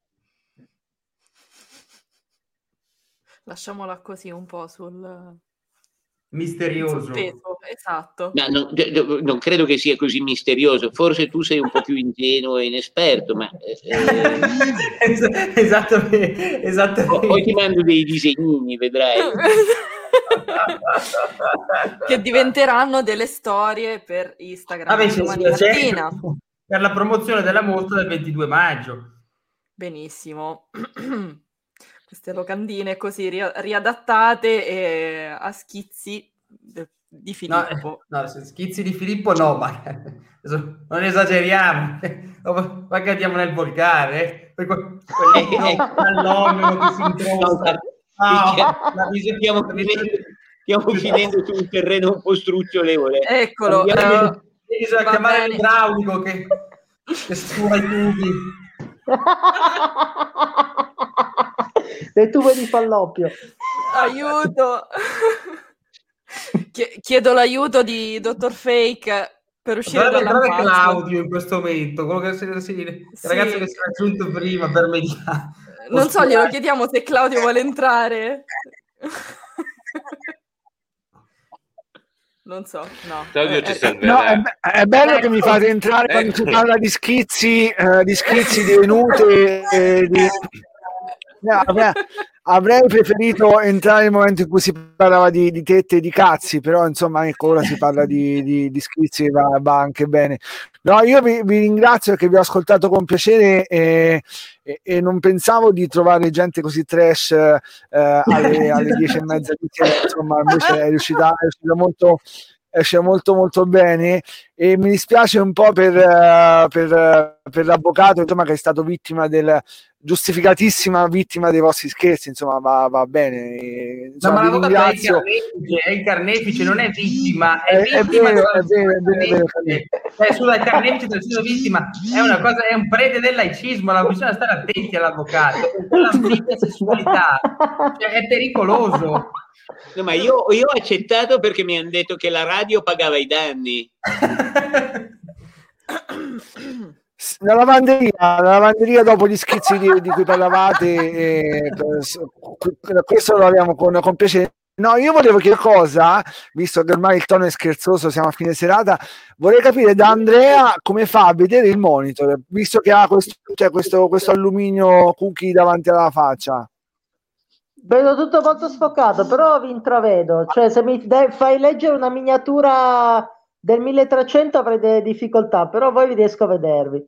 Lasciamola così un po' sul misterioso. sospeso, esatto. No, non, non credo che sia così misterioso, forse tu sei un po' più ingenuo e inesperto, ma eh... esattamente, esattamente. Poi ti mando dei disegnini, vedrai. Che diventeranno delle storie per Instagram ah, domani mattina. Per la promozione della mostra del ventidue maggio. Benissimo. Queste locandine così ri- riadattate e a schizzi di Filippo. No, no, schizzi di Filippo no, ma non esageriamo, poi andiamo nel volgare, poi all'omino che si introsta. Stiamo finendo, stiamo finendo su un terreno un po' strucciolevole. Eccolo. Uh, bisogna chiamare l'idraulico che, che stura i tubi. Le tube di Falloppio. Aiuto. Chiedo l'aiuto di Dottor Fake per uscire dall'ampazzo. Claudio in questo momento, quello che si, si, il sì. ragazzo che si è raggiunto prima per mediare. Non so, glielo chiediamo se Claudio vuole entrare. Non so, no. Claudio ci eh, no, è, è bello ecco. che mi fate entrare ecco. quando si parla di schizzi, eh, di schizzi di venute. Eh, di... No, avrei, avrei preferito entrare nel momento in cui si parlava di, di tette e di cazzi, però insomma ecco, ora si parla di, di, di schizzi, va, va anche bene. No, io vi, vi ringrazio perché vi ho ascoltato con piacere e, e, e non pensavo di trovare gente così trash eh, alle, alle dieci e mezza di sera, insomma invece è riuscita, è riuscita molto esce molto molto bene e mi dispiace un po' per, uh, per, uh, per l'avvocato insomma, che è stato vittima del giustificatissima vittima dei vostri scherzi, insomma va, va bene e, insomma, no, ma l'avvocato è il, carnefice, è il carnefice, non è vittima è, è vittima è vero, è vero, è vero, è vero. Eh, scusa, il carnefice del suo vittima è una cosa, è un prete del laicismo, bisogna stare attenti all'avvocato, l'antica sessualità, cioè, è pericoloso. No, ma io, io ho accettato perché mi hanno detto che la radio pagava i danni. La lavanderia, la lavanderia dopo gli schizzi di, di cui parlavate, eh, questo lo abbiamo con, con piacere. No, io volevo chiedere cosa, visto che ormai il tono è scherzoso, siamo a fine serata, vorrei capire da Andrea come fa a vedere il monitor, visto che ha questo, cioè questo, questo alluminio cookie davanti alla faccia. Vedo tutto molto sfocato, però vi intravedo. Cioè, se mi de- fai leggere una miniatura del milletrecento avrei delle difficoltà, però voi vi riesco a vedervi.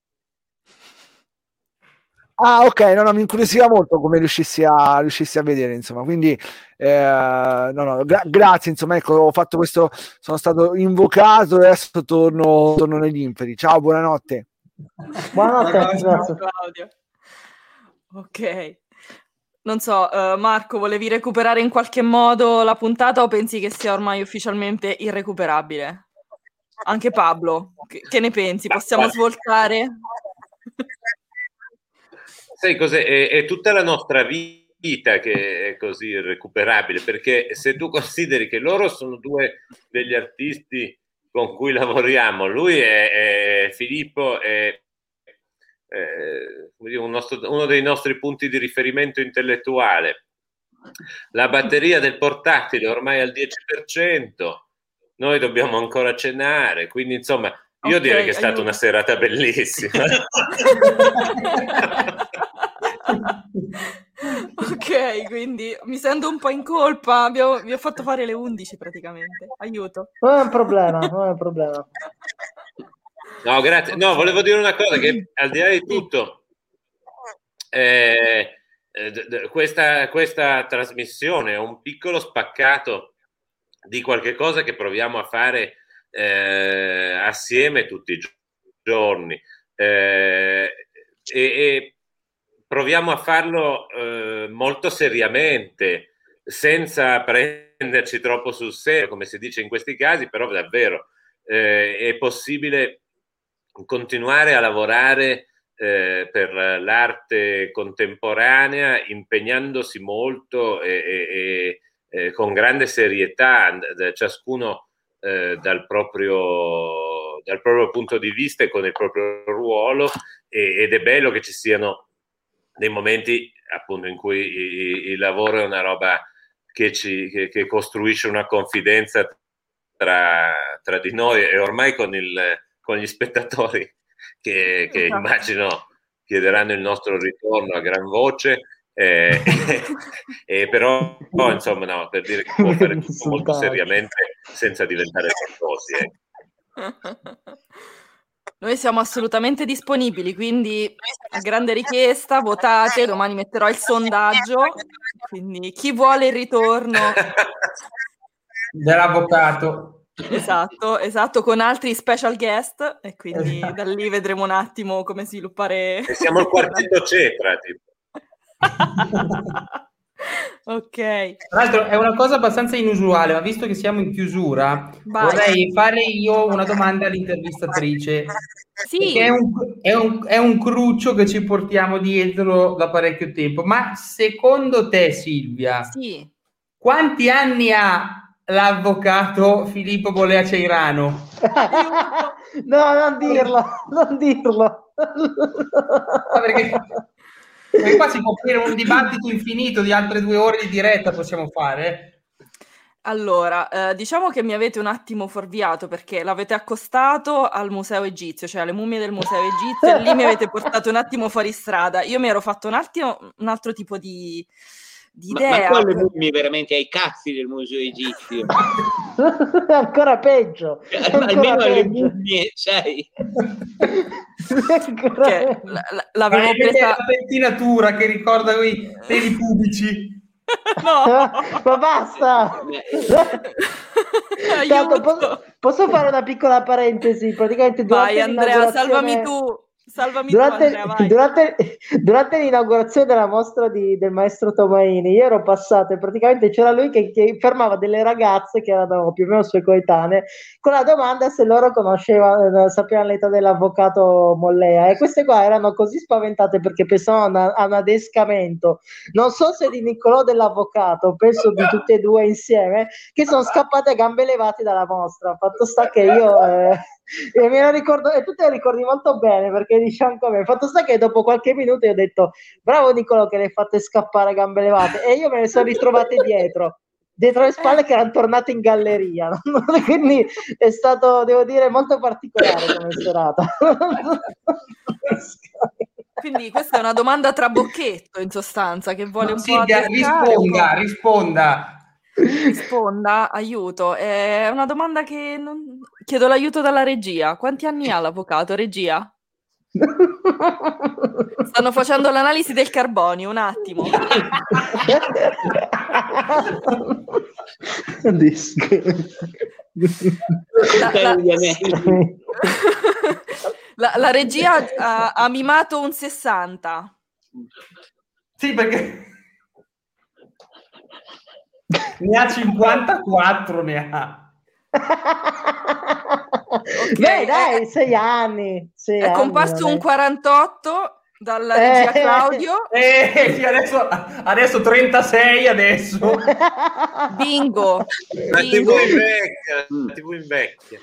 Ah, ok, no, no, mi incuriosiva molto come riuscissi a, riuscissi a vedere, insomma, quindi eh, no, no, gra- grazie, insomma, ecco, ho fatto questo, sono stato invocato e adesso torno, torno negli inferi. Ciao, buonanotte. Buonanotte, grazie. Claudio. Ok. Non so, uh, Marco, volevi recuperare in qualche modo la puntata o pensi che sia ormai ufficialmente irrecuperabile? Anche Pablo, che, che ne pensi? Possiamo svoltare? Sai cos'è? È, è tutta la nostra vita che è così irrecuperabile, perché se tu consideri che loro sono due degli artisti con cui lavoriamo, lui è, è Filippo è Eh, un nostro, uno dei nostri punti di riferimento intellettuale, la batteria del portatile ormai al dieci per cento, noi dobbiamo ancora cenare, quindi insomma io okay, direi che è stata aiuto. Una serata bellissima. Ok, quindi mi sento un po' in colpa, abbiamo, vi ho fatto fare le undici praticamente, aiuto. Non è un problema, non è un problema. No, grazie. No, volevo dire una cosa, che al di là di tutto, eh, eh, questa, questa trasmissione è un piccolo spaccato di qualche cosa che proviamo a fare eh, assieme tutti i giorni eh, e, e proviamo a farlo eh, molto seriamente, senza prenderci troppo sul serio, come si dice in questi casi, però davvero eh, è possibile continuare a lavorare eh, per l'arte contemporanea impegnandosi molto e, e, e con grande serietà, ciascuno eh, dal proprio dal proprio punto di vista e con il proprio ruolo, e, ed è bello che ci siano dei momenti appunto in cui il, il lavoro è una roba che, ci, che, che costruisce una confidenza tra, tra di noi, e ormai con, il, con gli spettatori che, che Esatto. immagino chiederanno il nostro ritorno a gran voce. Eh, eh, però no, insomma, no, per dire che può fare tutto molto seriamente senza diventare nervosi, eh. Noi siamo assolutamente disponibili, quindi a grande richiesta votate, domani metterò il sondaggio, quindi chi vuole il ritorno dell'avvocato. esatto, esatto, con altri special guest, e quindi Esatto. da lì vedremo un attimo come sviluppare. E siamo il quartetto Cetra, tipo. Ok, Tra l'altro è una cosa abbastanza inusuale, ma visto che siamo in chiusura, vai. vorrei fare io una domanda all'intervistatrice. Sì, Perché è un, è, un, è un cruccio che ci portiamo dietro da parecchio tempo. Ma secondo te, Silvia, sì. quanti anni ha l'avvocato Filippo Bolea Ceirano? No, non dirlo, non dirlo. Ah, perché, perché qua si può aprire un dibattito infinito di altre due ore di diretta, possiamo fare. Allora, eh, diciamo che mi avete un attimo fuorviato perché l'avete accostato al museo egizio, cioè alle mummie del museo egizio, e lì mi avete portato un attimo fuori strada. Io mi ero fatto un attimo un altro tipo di, di Ma, idea. ma quale mummie veramente ai cazzi del museo egizio? Ancora peggio. Ancora Almeno alle peggio. mummie, sai? Ancora Che peggio. l- l- l'avevo Ma è presa. la pettinatura che ricorda quei peli pubici. No! Ma basta! Tanto, Aiuto! posso, posso fare una piccola parentesi? Praticamente durante Vai Andrea, l'inaugurazione- salvami tu! Salvami Durante, tu, Andrea, vai! durante, durante l'inaugurazione della mostra di- del maestro Tomaini, io ero passato e praticamente c'era lui che, che fermava delle ragazze che erano più o meno sue coetanee con la domanda se loro conoscevano, sapevano l'età dell'avvocato Mollea, e queste qua erano così spaventate perché pensavano a, a un adescamento, non so se di Niccolò o dell'avvocato, penso di tutte e due insieme, che sono scappate a gambe levate dalla mostra. Fatto sta che io eh, e me lo ricordo, e tu te lo ricordi molto bene perché dici anche a me. Fatto sta che dopo qualche minuto io ho detto bravo Niccolò che le hai fatte scappare a gambe levate, e io me le sono ritrovate dietro dietro le spalle che erano tornate in galleria. Quindi è stato, devo dire, molto particolare come serata. Quindi questa è una domanda trabocchetto, in sostanza, che vuole un po' Silvia, adescare, un po'- risponda, risponda. risponda, aiuto. È una domanda che non... chiedo l'aiuto dalla regia. Quanti anni ha l'avvocato, regia? Stanno facendo l'analisi del carbonio, un attimo. La, la- Gli anelli. la- la regia ha, ha mimato un sessanta. Sì, perché ne ha cinquantaquattro, ne ha. Ok, Beh, dai, è- sei anni. Sei È anni, comparso non è- un quarantotto dalla regia Eh. Claudio. Eh, sì, adesso, adesso trentasei, adesso. Bingo. La tivù Bingo. invecchia, la tivù invecchia.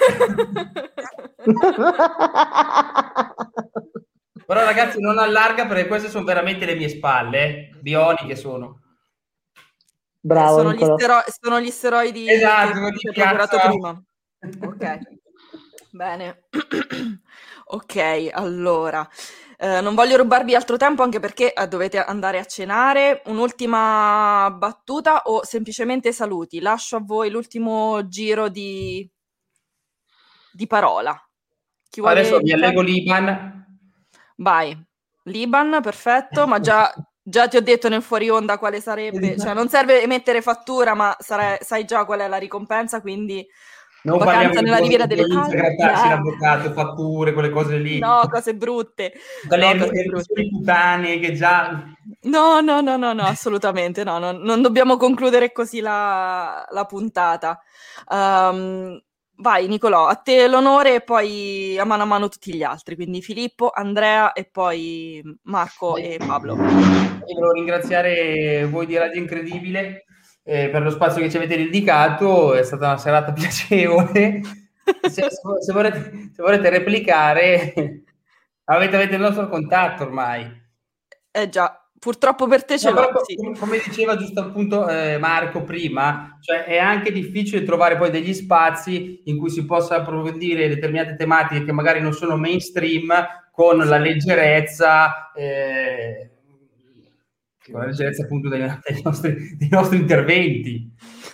Però ragazzi non allarga perché queste sono veramente le mie spalle, eh. Bioniche sono. Bravo, sono, gli Niccolò. stero- sono gli steroidi Esatto, che di ti ho procurato piazza. prima. Ok, bene. Ok, allora, eh, non voglio rubarvi altro tempo anche perché eh, dovete andare a cenare. Un'ultima battuta o semplicemente saluti? Lascio a voi l'ultimo giro di, di parola. Chi vuole Adesso mi iniziare? allego l'Iban. Vai, Liban, perfetto, ma già, già ti ho detto nel fuori onda quale sarebbe, cioè non serve mettere fattura, ma sarai- sai già qual è la ricompensa, quindi Non vacanza parliamo di nella cose Riviera tipo delle inizia a Palme. grattarsi No. l'avvocato, fatture, quelle cose lì. No, cose brutte. Dalle No, cose brutte. relazioni cutanee che già... No, no, no, no, no, assolutamente no, no, non dobbiamo concludere così la, la puntata. Ehm, vai Nicolò, a te l'onore e poi a mano a mano tutti gli altri, quindi Filippo, Andrea e poi Marco e Pablo. Io volevo ringraziare voi di Radio Incredibile eh, per lo spazio che ci avete dedicato, è stata una serata piacevole se, se, volete, se volete replicare, avete, avete il nostro contatto ormai. Eh già. Purtroppo per te ce no, l'ho, però, sì. Come diceva giusto appunto eh, Marco prima, cioè è anche difficile trovare poi degli spazi in cui si possa approfondire determinate tematiche che magari non sono mainstream con la leggerezza eh, con la leggerezza appunto dei, dei, nostri, dei nostri interventi.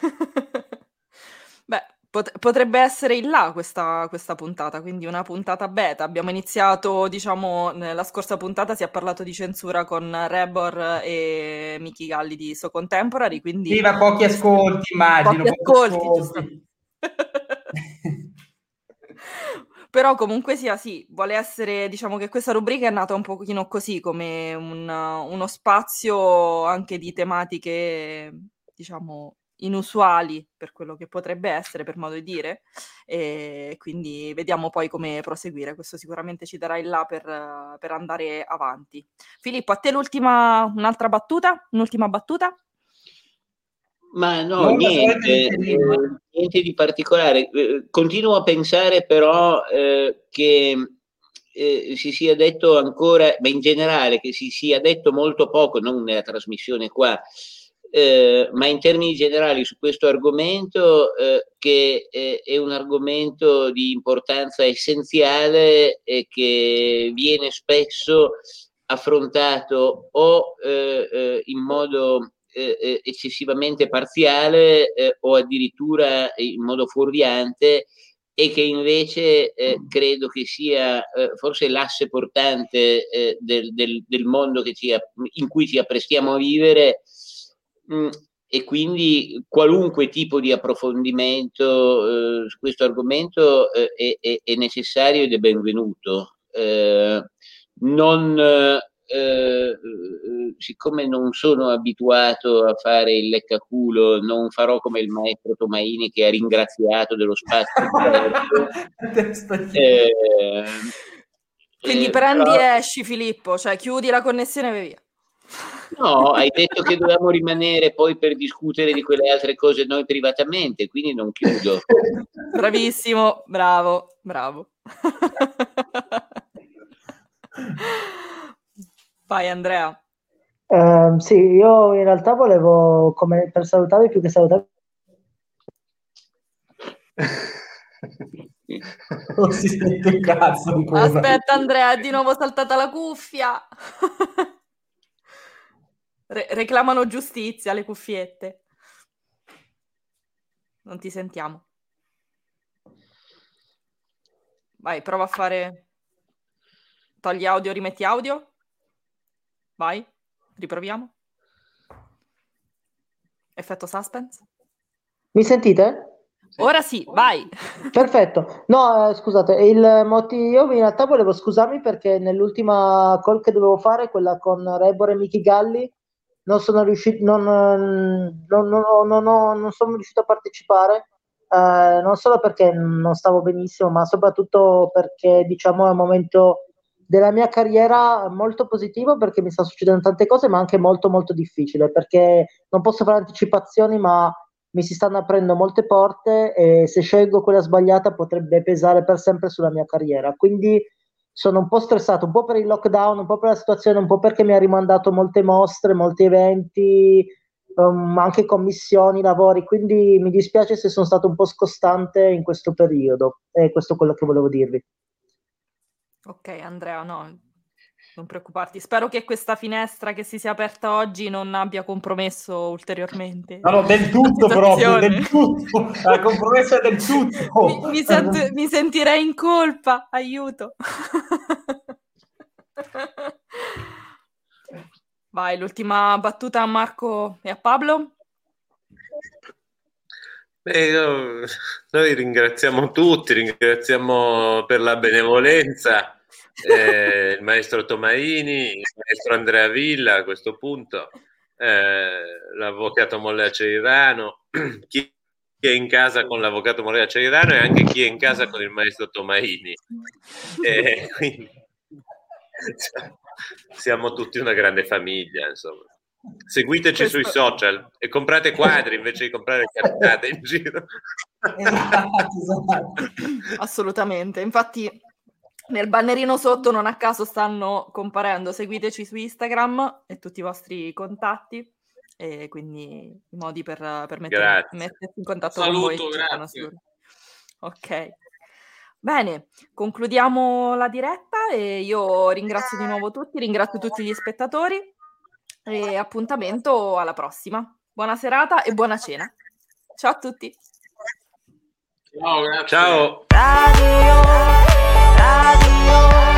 Beh, pot- potrebbe essere in là questa, questa puntata, quindi una puntata beta. Abbiamo iniziato, diciamo, nella scorsa puntata si è parlato di censura con Rebor e Michi Galli di So Contemporary, quindi... Sì, ma pochi ascolti, immagino. Pochi ascolti, pochi ascolti. Però comunque sia, sì, vuole essere, diciamo che questa rubrica è nata un pochino così, come un, uno spazio anche di tematiche, diciamo, inusuali per quello che potrebbe essere, per modo di dire, e quindi vediamo poi come proseguire. Questo sicuramente ci darà il là per, per andare avanti. Filippo, a te l'ultima, un'altra battuta? Un'ultima battuta? Ma no, niente, eh, niente di particolare. Eh, continuo a pensare però eh, che eh, si sia detto ancora, ma in generale che si sia detto molto poco, non nella trasmissione qua, eh, ma in termini generali su questo argomento, eh, che eh, è un argomento di importanza essenziale e che viene spesso affrontato o eh, eh, in modo Eh, eccessivamente parziale eh, o addirittura in modo fuorviante, e che invece eh, credo che sia eh, forse l'asse portante eh, del, del, del mondo che ci, in cui ci apprestiamo a vivere, mh, e quindi qualunque tipo di approfondimento eh, su questo argomento eh, è, è, è necessario ed è benvenuto. Eh, non Eh, siccome non sono abituato a fare il leccaculo, non farò come il maestro Tomaini che ha ringraziato dello spazio. eh, Quindi eh, prendi però... e esci, Filippo, cioè chiudi la connessione e vai via. No, hai detto che dovevamo rimanere poi per discutere di quelle altre cose noi privatamente, quindi non chiudo. Bravissimo, bravo, bravo. Vai Andrea. Uh, sì, io in realtà volevo, come per salutarvi più che salutarvi, non si sente un cazzo ancora. Aspetta Andrea, di nuovo saltata la cuffia. Re- reclamano giustizia le cuffiette. Non ti sentiamo. Vai, prova a fare... Togli audio, rimetti audio. Vai, riproviamo. Effetto suspense. Mi sentite? Ora sì, vai. Perfetto. No, eh, scusate, il motivo, io in realtà volevo scusarmi perché nell'ultima call che dovevo fare, quella con Rebor e Michi Galli, non sono riuscito, non, non, non, non, non, non sono riuscito a partecipare, eh, non solo perché non stavo benissimo, ma soprattutto perché diciamo è un momento della mia carriera molto positivo, perché mi sta succedendo tante cose, ma anche molto molto difficile, perché non posso fare anticipazioni, ma mi si stanno aprendo molte porte e se scelgo quella sbagliata potrebbe pesare per sempre sulla mia carriera. Quindi sono un po' stressato, un po' per il lockdown, un po' per la situazione, un po' perché mi ha rimandato molte mostre, molti eventi, um, anche commissioni, lavori, quindi mi dispiace se sono stato un po' scostante in questo periodo, e questo è quello che volevo dirvi. Ok Andrea, no, non preoccuparti. Spero che questa finestra che si sia aperta oggi non abbia compromesso ulteriormente. No, no, del tutto proprio, del tutto. La compromessa del tutto. mi, mi, sento, mi sentirei in colpa, aiuto. Vai, l'ultima battuta a Marco e a Pablo. Beh, io, noi ringraziamo tutti, ringraziamo per la benevolenza eh, il maestro Tomaini, il maestro Andrea Villa a questo punto, eh, l'avvocato Mollea Ceirano, chi è in casa con l'avvocato Mollea Ceirano e anche chi è in casa con il maestro Tomaini. Eh, quindi, siamo tutti una grande famiglia, insomma. seguiteci Questo... sui social e comprate quadri invece di comprare cartate in giro. Esatto, esatto. Assolutamente, infatti nel bannerino sotto non a caso stanno comparendo seguiteci su Instagram e tutti i vostri contatti, e quindi i modi per, per mettere, mettersi in contatto Saluto, con voi. grazie. Ok, bene, concludiamo la diretta e io ringrazio di nuovo tutti, ringrazio tutti gli spettatori e appuntamento alla prossima. Buona serata e buona cena. Ciao a tutti. Ciao, grazie. Ciao. Radio, radio.